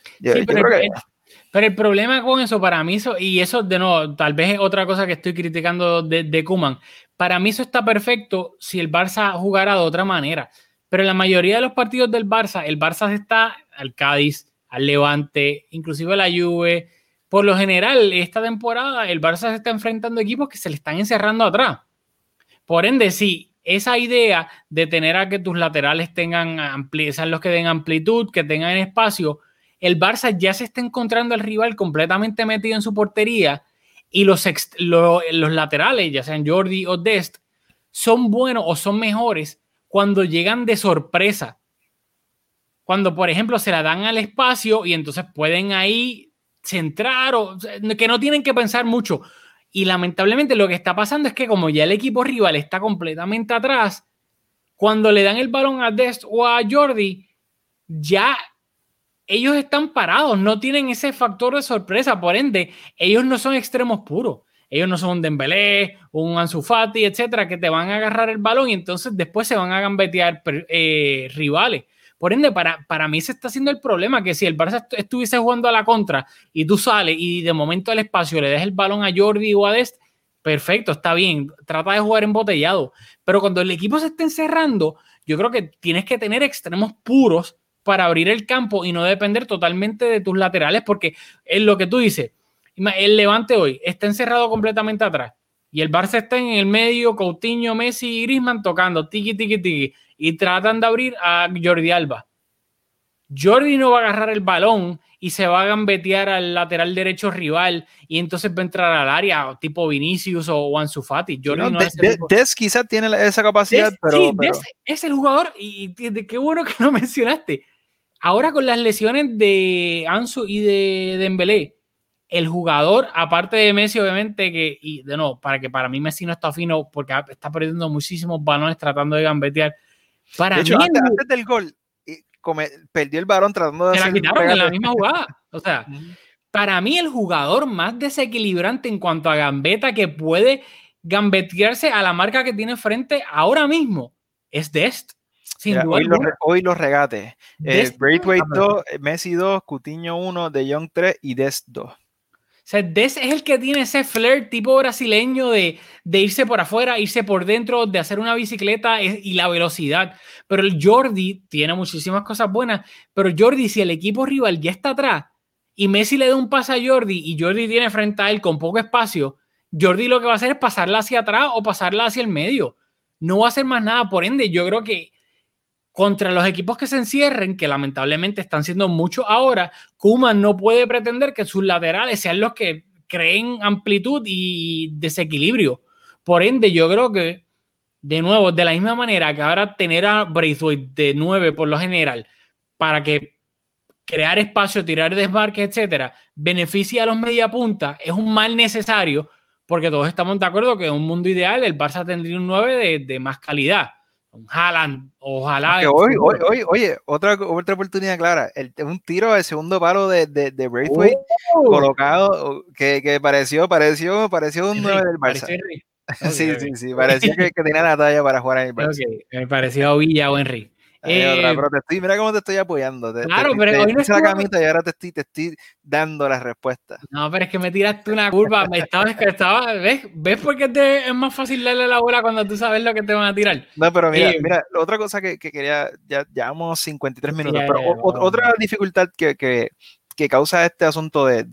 Pero el problema con eso, para mí, y eso de nuevo, tal vez es otra cosa que estoy criticando de Koeman, para mí eso está perfecto si el Barça jugara de otra manera, pero en la mayoría de los partidos del Barça, el Barça está al Cádiz, al Levante, inclusive a la Juve. Por lo general, esta temporada el Barça se está enfrentando a equipos que se le están encerrando atrás. Por ende, sí, esa idea de tener a que tus laterales tengan sean los que den amplitud, que tengan espacio, el Barça ya se está encontrando al rival completamente metido en su portería, y los laterales, ya sean Jordi o Dest, son buenos o son mejores cuando llegan de sorpresa. Cuando, por ejemplo, se la dan al espacio y entonces pueden ahí centrar, o que no tienen que pensar mucho. Y lamentablemente lo que está pasando es que como ya el equipo rival está completamente atrás, cuando le dan el balón a Dest o a Jordi, ya ellos están parados, no tienen ese factor de sorpresa. Por ende, ellos no son extremos puros. Ellos no son un Dembélé, un Ansu Fati, etcétera, que te van a agarrar el balón y entonces después se van a gambetear rivales. Por ende, para mí se está haciendo el problema, que si el Barça estuviese jugando a la contra y tú sales y de momento al espacio le des el balón a Jordi o a Dest, perfecto, está bien, trata de jugar embotellado. Pero cuando el equipo se está encerrando, yo creo que tienes que tener extremos puros para abrir el campo y no depender totalmente de tus laterales, porque es lo que tú dices. El Levante hoy está encerrado completamente atrás y el Barça está en el medio, Coutinho, Messi y Griezmann tocando tiki, tiki, tiki y tratan de abrir a Jordi Alba. Jordi no va a agarrar el balón y se va a gambetear al lateral derecho rival y entonces va a entrar al área tipo Vinicius o Ansu Fati. Jordi no es Des quizás tiene esa capacidad, Des, pero... sí, Des es el jugador y qué bueno que lo mencionaste. Ahora con las lesiones de Ansu y de Dembélé, el jugador, aparte de Messi, obviamente, para mí Messi no está fino porque está perdiendo muchísimos balones tratando de gambetear. De hecho, antes del gol, perdió el balón tratando de hacer... Se la quitaron en la misma jugada. O sea, para mí el jugador más desequilibrante en cuanto a gambeta que puede gambetearse a la marca que tiene frente ahora mismo es Dest. Mira, hoy los regates. Braithwaite 2, Messi 2, Coutinho 1, De Jong 3 y Dest 2. O sea, Des es el que tiene ese flair tipo brasileño de irse por afuera, irse por dentro, de hacer una bicicleta y la velocidad. Pero el Jordi tiene muchísimas cosas buenas. Pero Jordi, si el equipo rival ya está atrás y Messi le da un pase a Jordi y Jordi tiene frente a él con poco espacio, Jordi lo que va a hacer es pasarla hacia atrás o pasarla hacia el medio. No va a hacer más nada. Por ende, yo creo que contra los equipos que se encierren, que lamentablemente están siendo muchos ahora, Koeman no puede pretender que sus laterales sean los que creen amplitud y desequilibrio. Por ende, yo creo que, de nuevo, de la misma manera que ahora tener a Braithwaite de 9 por lo general, para que crear espacio, tirar desmarques, etcétera, beneficie a los mediapuntas, es un mal necesario, porque todos estamos de acuerdo que en un mundo ideal el Barça tendría un 9 de más calidad. Un Haaland, ojalá. Oye, otra oportunidad clara. Un tiro al segundo palo de Braithwaite colocado que pareció un 9 del Barça. Sí, parecía que tenía la talla para jugar en el Barça. Me pareció a Villa o Henry. Pero mira cómo te estoy apoyando. Claro, pero hoy no la camita y ahora te estoy dando las respuestas. No, pero es que me tiraste una curva. ¿Ves por qué es más fácil darle la bola cuando tú sabes lo que te van a tirar? No, pero mira, otra cosa que quería, ya llevamos 53 minutos, pero otra dificultad que causa este asunto de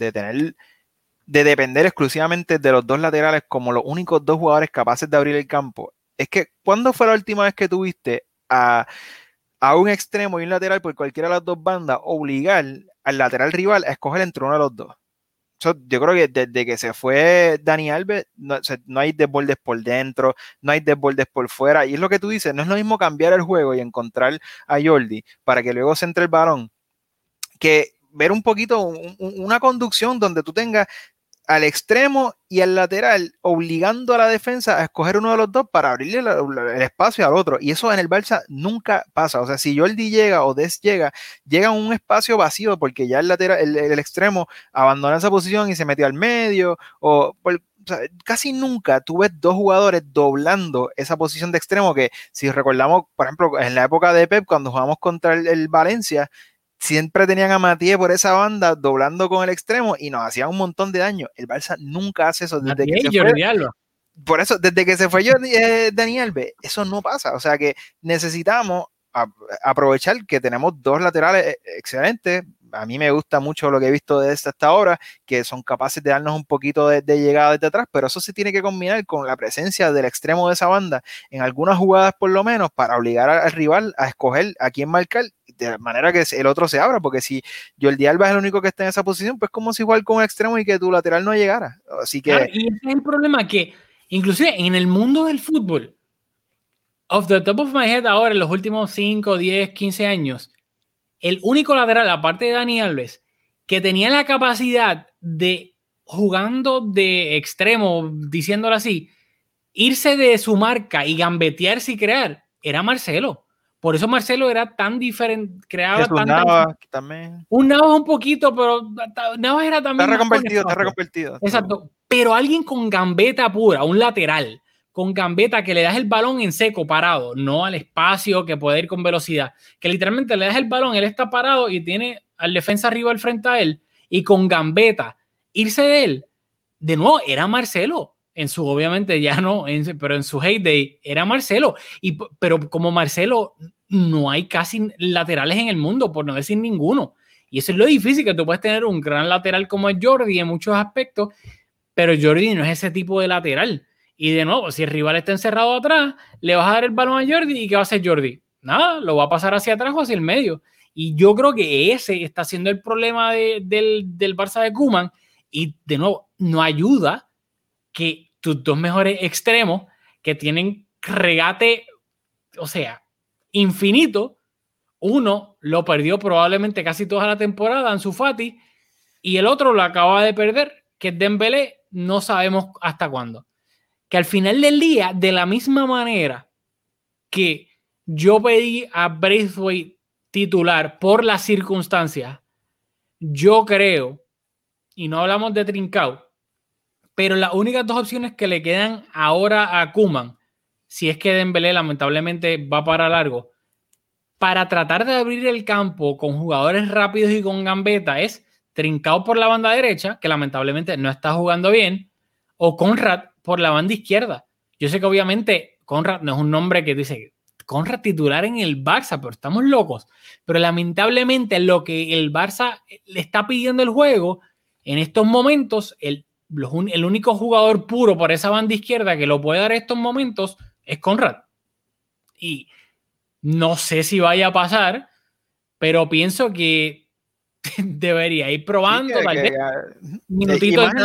depender exclusivamente de los dos laterales como los únicos dos jugadores capaces de abrir el campo, es que ¿cuándo fue la última vez que tuviste a un extremo y un lateral por cualquiera de las dos bandas obligar al lateral rival a escoger entre uno de los dos? Yo creo que desde que se fue Dani Alves no hay desbordes por dentro, no hay desbordes por fuera, y es lo que tú dices, no es lo mismo cambiar el juego y encontrar a Jordi para que luego se entre el balón que ver un poquito una conducción donde tú tengas al extremo y al lateral obligando a la defensa a escoger uno de los dos para abrirle el espacio al otro, y eso en el Barça nunca pasa. O sea, si Jordi llega o Des llega a un espacio vacío porque ya el lateral, el extremo abandona esa posición y se metió al medio, o sea, casi nunca tú ves dos jugadores doblando esa posición de extremo, que si recordamos, por ejemplo, en la época de Pep, cuando jugamos contra el Valencia, siempre tenían a Matías por esa banda doblando con el extremo y nos hacían un montón de daño. El Barça nunca hace eso desde que se fue. Por eso, desde que se fue Dani Alves, eso no pasa. O sea que necesitamos aprovechar que tenemos dos laterales excelentes. A mí me gusta mucho lo que he visto de hasta ahora, que son capaces de darnos un poquito de llegada desde atrás, pero eso se tiene que combinar con la presencia del extremo de esa banda en algunas jugadas por lo menos para obligar al rival a escoger a quién marcar de manera que el otro se abra, porque si Jordi Alba es el único que está en esa posición, pues como si jugar con un extremo y que tu lateral no llegara. Así que... Claro, y ese es el problema, que inclusive en el mundo del fútbol, off the top of my head ahora, en los últimos 5, 10, 15 años, el único lateral, aparte de Dani Alves, que tenía la capacidad de, jugando de extremo, diciéndolo así, irse de su marca y gambetearse y crear, era Marcelo. Por eso Marcelo era tan diferente, creaba Jesús Navas también. Un Navas un poquito, pero Navas era también... Está reconvertido. Exacto. Pero alguien con gambeta pura, un lateral, con gambeta que le das el balón en seco, parado, no al espacio, que puede ir con velocidad, que literalmente le das el balón, él está parado y tiene al defensa arriba al frente a él, y con gambeta, irse de él, de nuevo, era Marcelo. En su, obviamente ya no, pero en su heyday era Marcelo. Pero como Marcelo, no hay casi laterales en el mundo, por no decir ninguno. Y eso es lo difícil, que tú puedes tener un gran lateral como es Jordi en muchos aspectos, pero Jordi no es ese tipo de lateral. Y de nuevo, si el rival está encerrado atrás, le vas a dar el balón a Jordi y ¿qué va a hacer Jordi? Nada, lo va a pasar hacia atrás o hacia el medio. Y yo creo que ese está siendo el problema del Barça de Koeman. Y de nuevo, no ayuda que tus dos mejores extremos, que tienen regate, o sea, infinito, uno lo perdió probablemente casi toda la temporada, Ansu Fati, y el otro lo acaba de perder, que es Dembélé, no sabemos hasta cuándo. Que al final del día, de la misma manera que yo pedí a Braithwaite titular por las circunstancias, yo creo, y no hablamos de Trincao, pero las únicas dos opciones que le quedan ahora a Koeman, si es que Dembélé lamentablemente va para largo, para tratar de abrir el campo con jugadores rápidos y con gambeta, es Trincao por la banda derecha, que lamentablemente no está jugando bien, o Konrad por la banda izquierda. Yo sé que obviamente Konrad no es un nombre que dice Konrad titular en el Barça, pero estamos locos. Pero lamentablemente lo que el Barça le está pidiendo el juego en estos momentos, el único jugador puro por esa banda izquierda que lo puede dar en estos momentos es Konrad. Y no sé si vaya a pasar, pero pienso que debería ir probando, sí, tal vez minutito no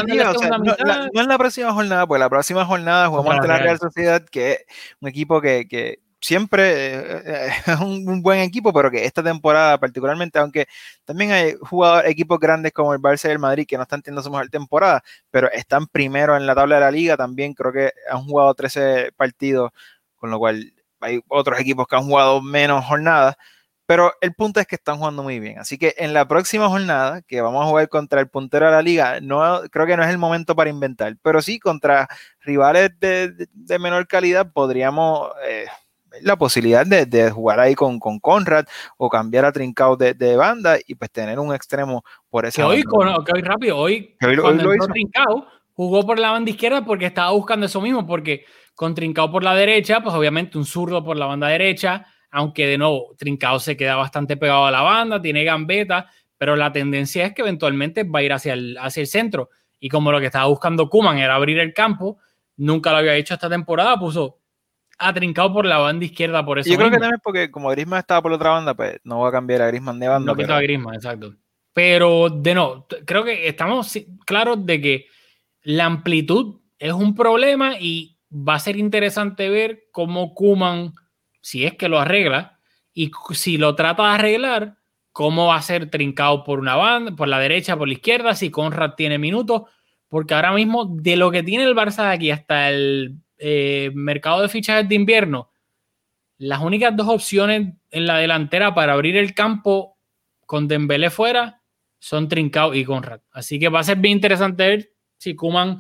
en la próxima jornada, pues la próxima jornada jugamos ante la Real Sociedad, que es un equipo que siempre es un buen equipo, pero que esta temporada particularmente, aunque también hay equipos grandes como el Barça y el Madrid que no están teniendo su mejor temporada, pero están primero en la tabla de la liga, también creo que han jugado 13 partidos, con lo cual hay otros equipos que han jugado menos jornadas, pero el punto es que están jugando muy bien. Así que en la próxima jornada, que vamos a jugar contra el puntero de la liga, no, creo que no es el momento para inventar, pero sí contra rivales de menor calidad podríamos la posibilidad de jugar ahí con Konrad o cambiar a Trincao de banda y pues tener un extremo por esa banda. Hoy cuando entró Trincao, jugó por la banda izquierda porque estaba buscando eso mismo, porque con Trincao por la derecha, pues obviamente un zurdo por la banda derecha, aunque de nuevo Trincao se queda bastante pegado a la banda, tiene gambeta, pero la tendencia es que eventualmente va a ir hacia el centro. Y como lo que estaba buscando Koeman era abrir el campo, nunca lo había hecho esta temporada, puso a Trincao por la banda izquierda por eso. Yo creo que también porque como Griezmann estaba por la otra banda, pues no va a cambiar a Griezmann de banda. No quita a Griezmann, exacto. Pero de no, creo que estamos claros de que la amplitud es un problema y va a ser interesante ver cómo Koeman, si es que lo arregla, y si lo trata de arreglar, cómo va a ser Trincao por una banda, por la derecha, por la izquierda, si Konrad tiene minutos, porque ahora mismo de lo que tiene el Barça de aquí hasta el mercado de fichajes de invierno, las únicas dos opciones en la delantera para abrir el campo con Dembélé fuera son Trincao y Konrad. Así que va a ser bien interesante ver si Koeman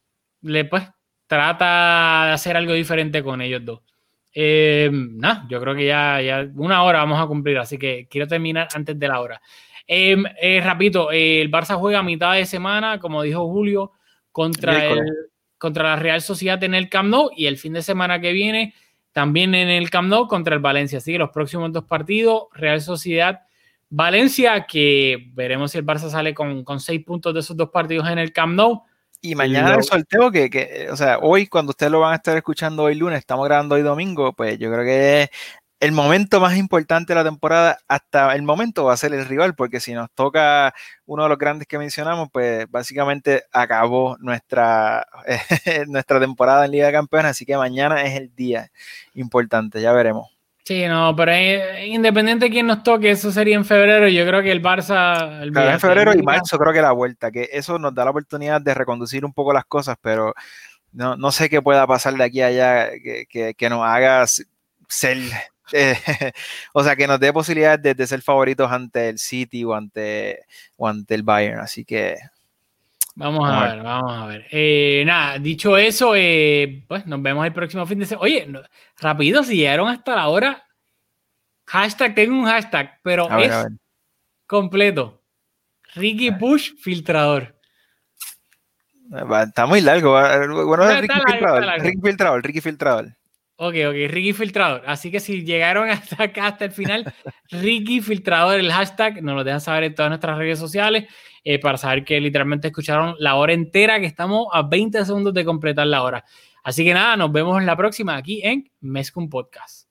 trata de hacer algo diferente con ellos dos. Yo creo que ya 1 hora vamos a cumplir, así que quiero terminar antes de la hora. Rapidito, el Barça juega a mitad de semana, como dijo Julio, contra la Real Sociedad en el Camp Nou, y el fin de semana que viene también en el Camp Nou contra el Valencia. Así que los próximos 2 partidos, Real Sociedad, Valencia, que veremos si el Barça sale con 6 puntos de esos 2 partidos en el Camp Nou. Y mañana el sorteo, o sea, hoy cuando ustedes lo van a estar escuchando hoy lunes, estamos grabando hoy domingo, pues yo creo que es el momento más importante de la temporada. Hasta el momento va a ser el rival, porque si nos toca uno de los grandes que mencionamos, pues básicamente acabó nuestra temporada en Liga de Campeones, así que mañana es el día importante, ya veremos. Sí, no, pero independiente de quién nos toque, eso sería en febrero. Yo creo que el Barça... en febrero y marzo creo que la vuelta, que eso nos da la oportunidad de reconducir un poco las cosas, pero no sé qué pueda pasar de aquí a allá que nos haga ser... o sea, que nos dé posibilidades de ser favoritos ante el City o ante el Bayern, así que... Vamos a ver. Nada, dicho eso, pues nos vemos el próximo fin de semana. Oye, rápido, si llegaron hasta la hora, tengo un hashtag, pero a ver. Completo. Ricky Push filtrador. Está muy largo. Bueno, Ricky Filtrador. Ok, Ricky Filtrador. Así que si llegaron hasta acá, hasta el final, Ricky Filtrador, el hashtag, nos lo dejan saber en todas nuestras redes sociales para saber que literalmente escucharon la hora entera, que estamos a 20 segundos de completar la hora. Así que nada, nos vemos en la próxima aquí en Mezcum Podcast.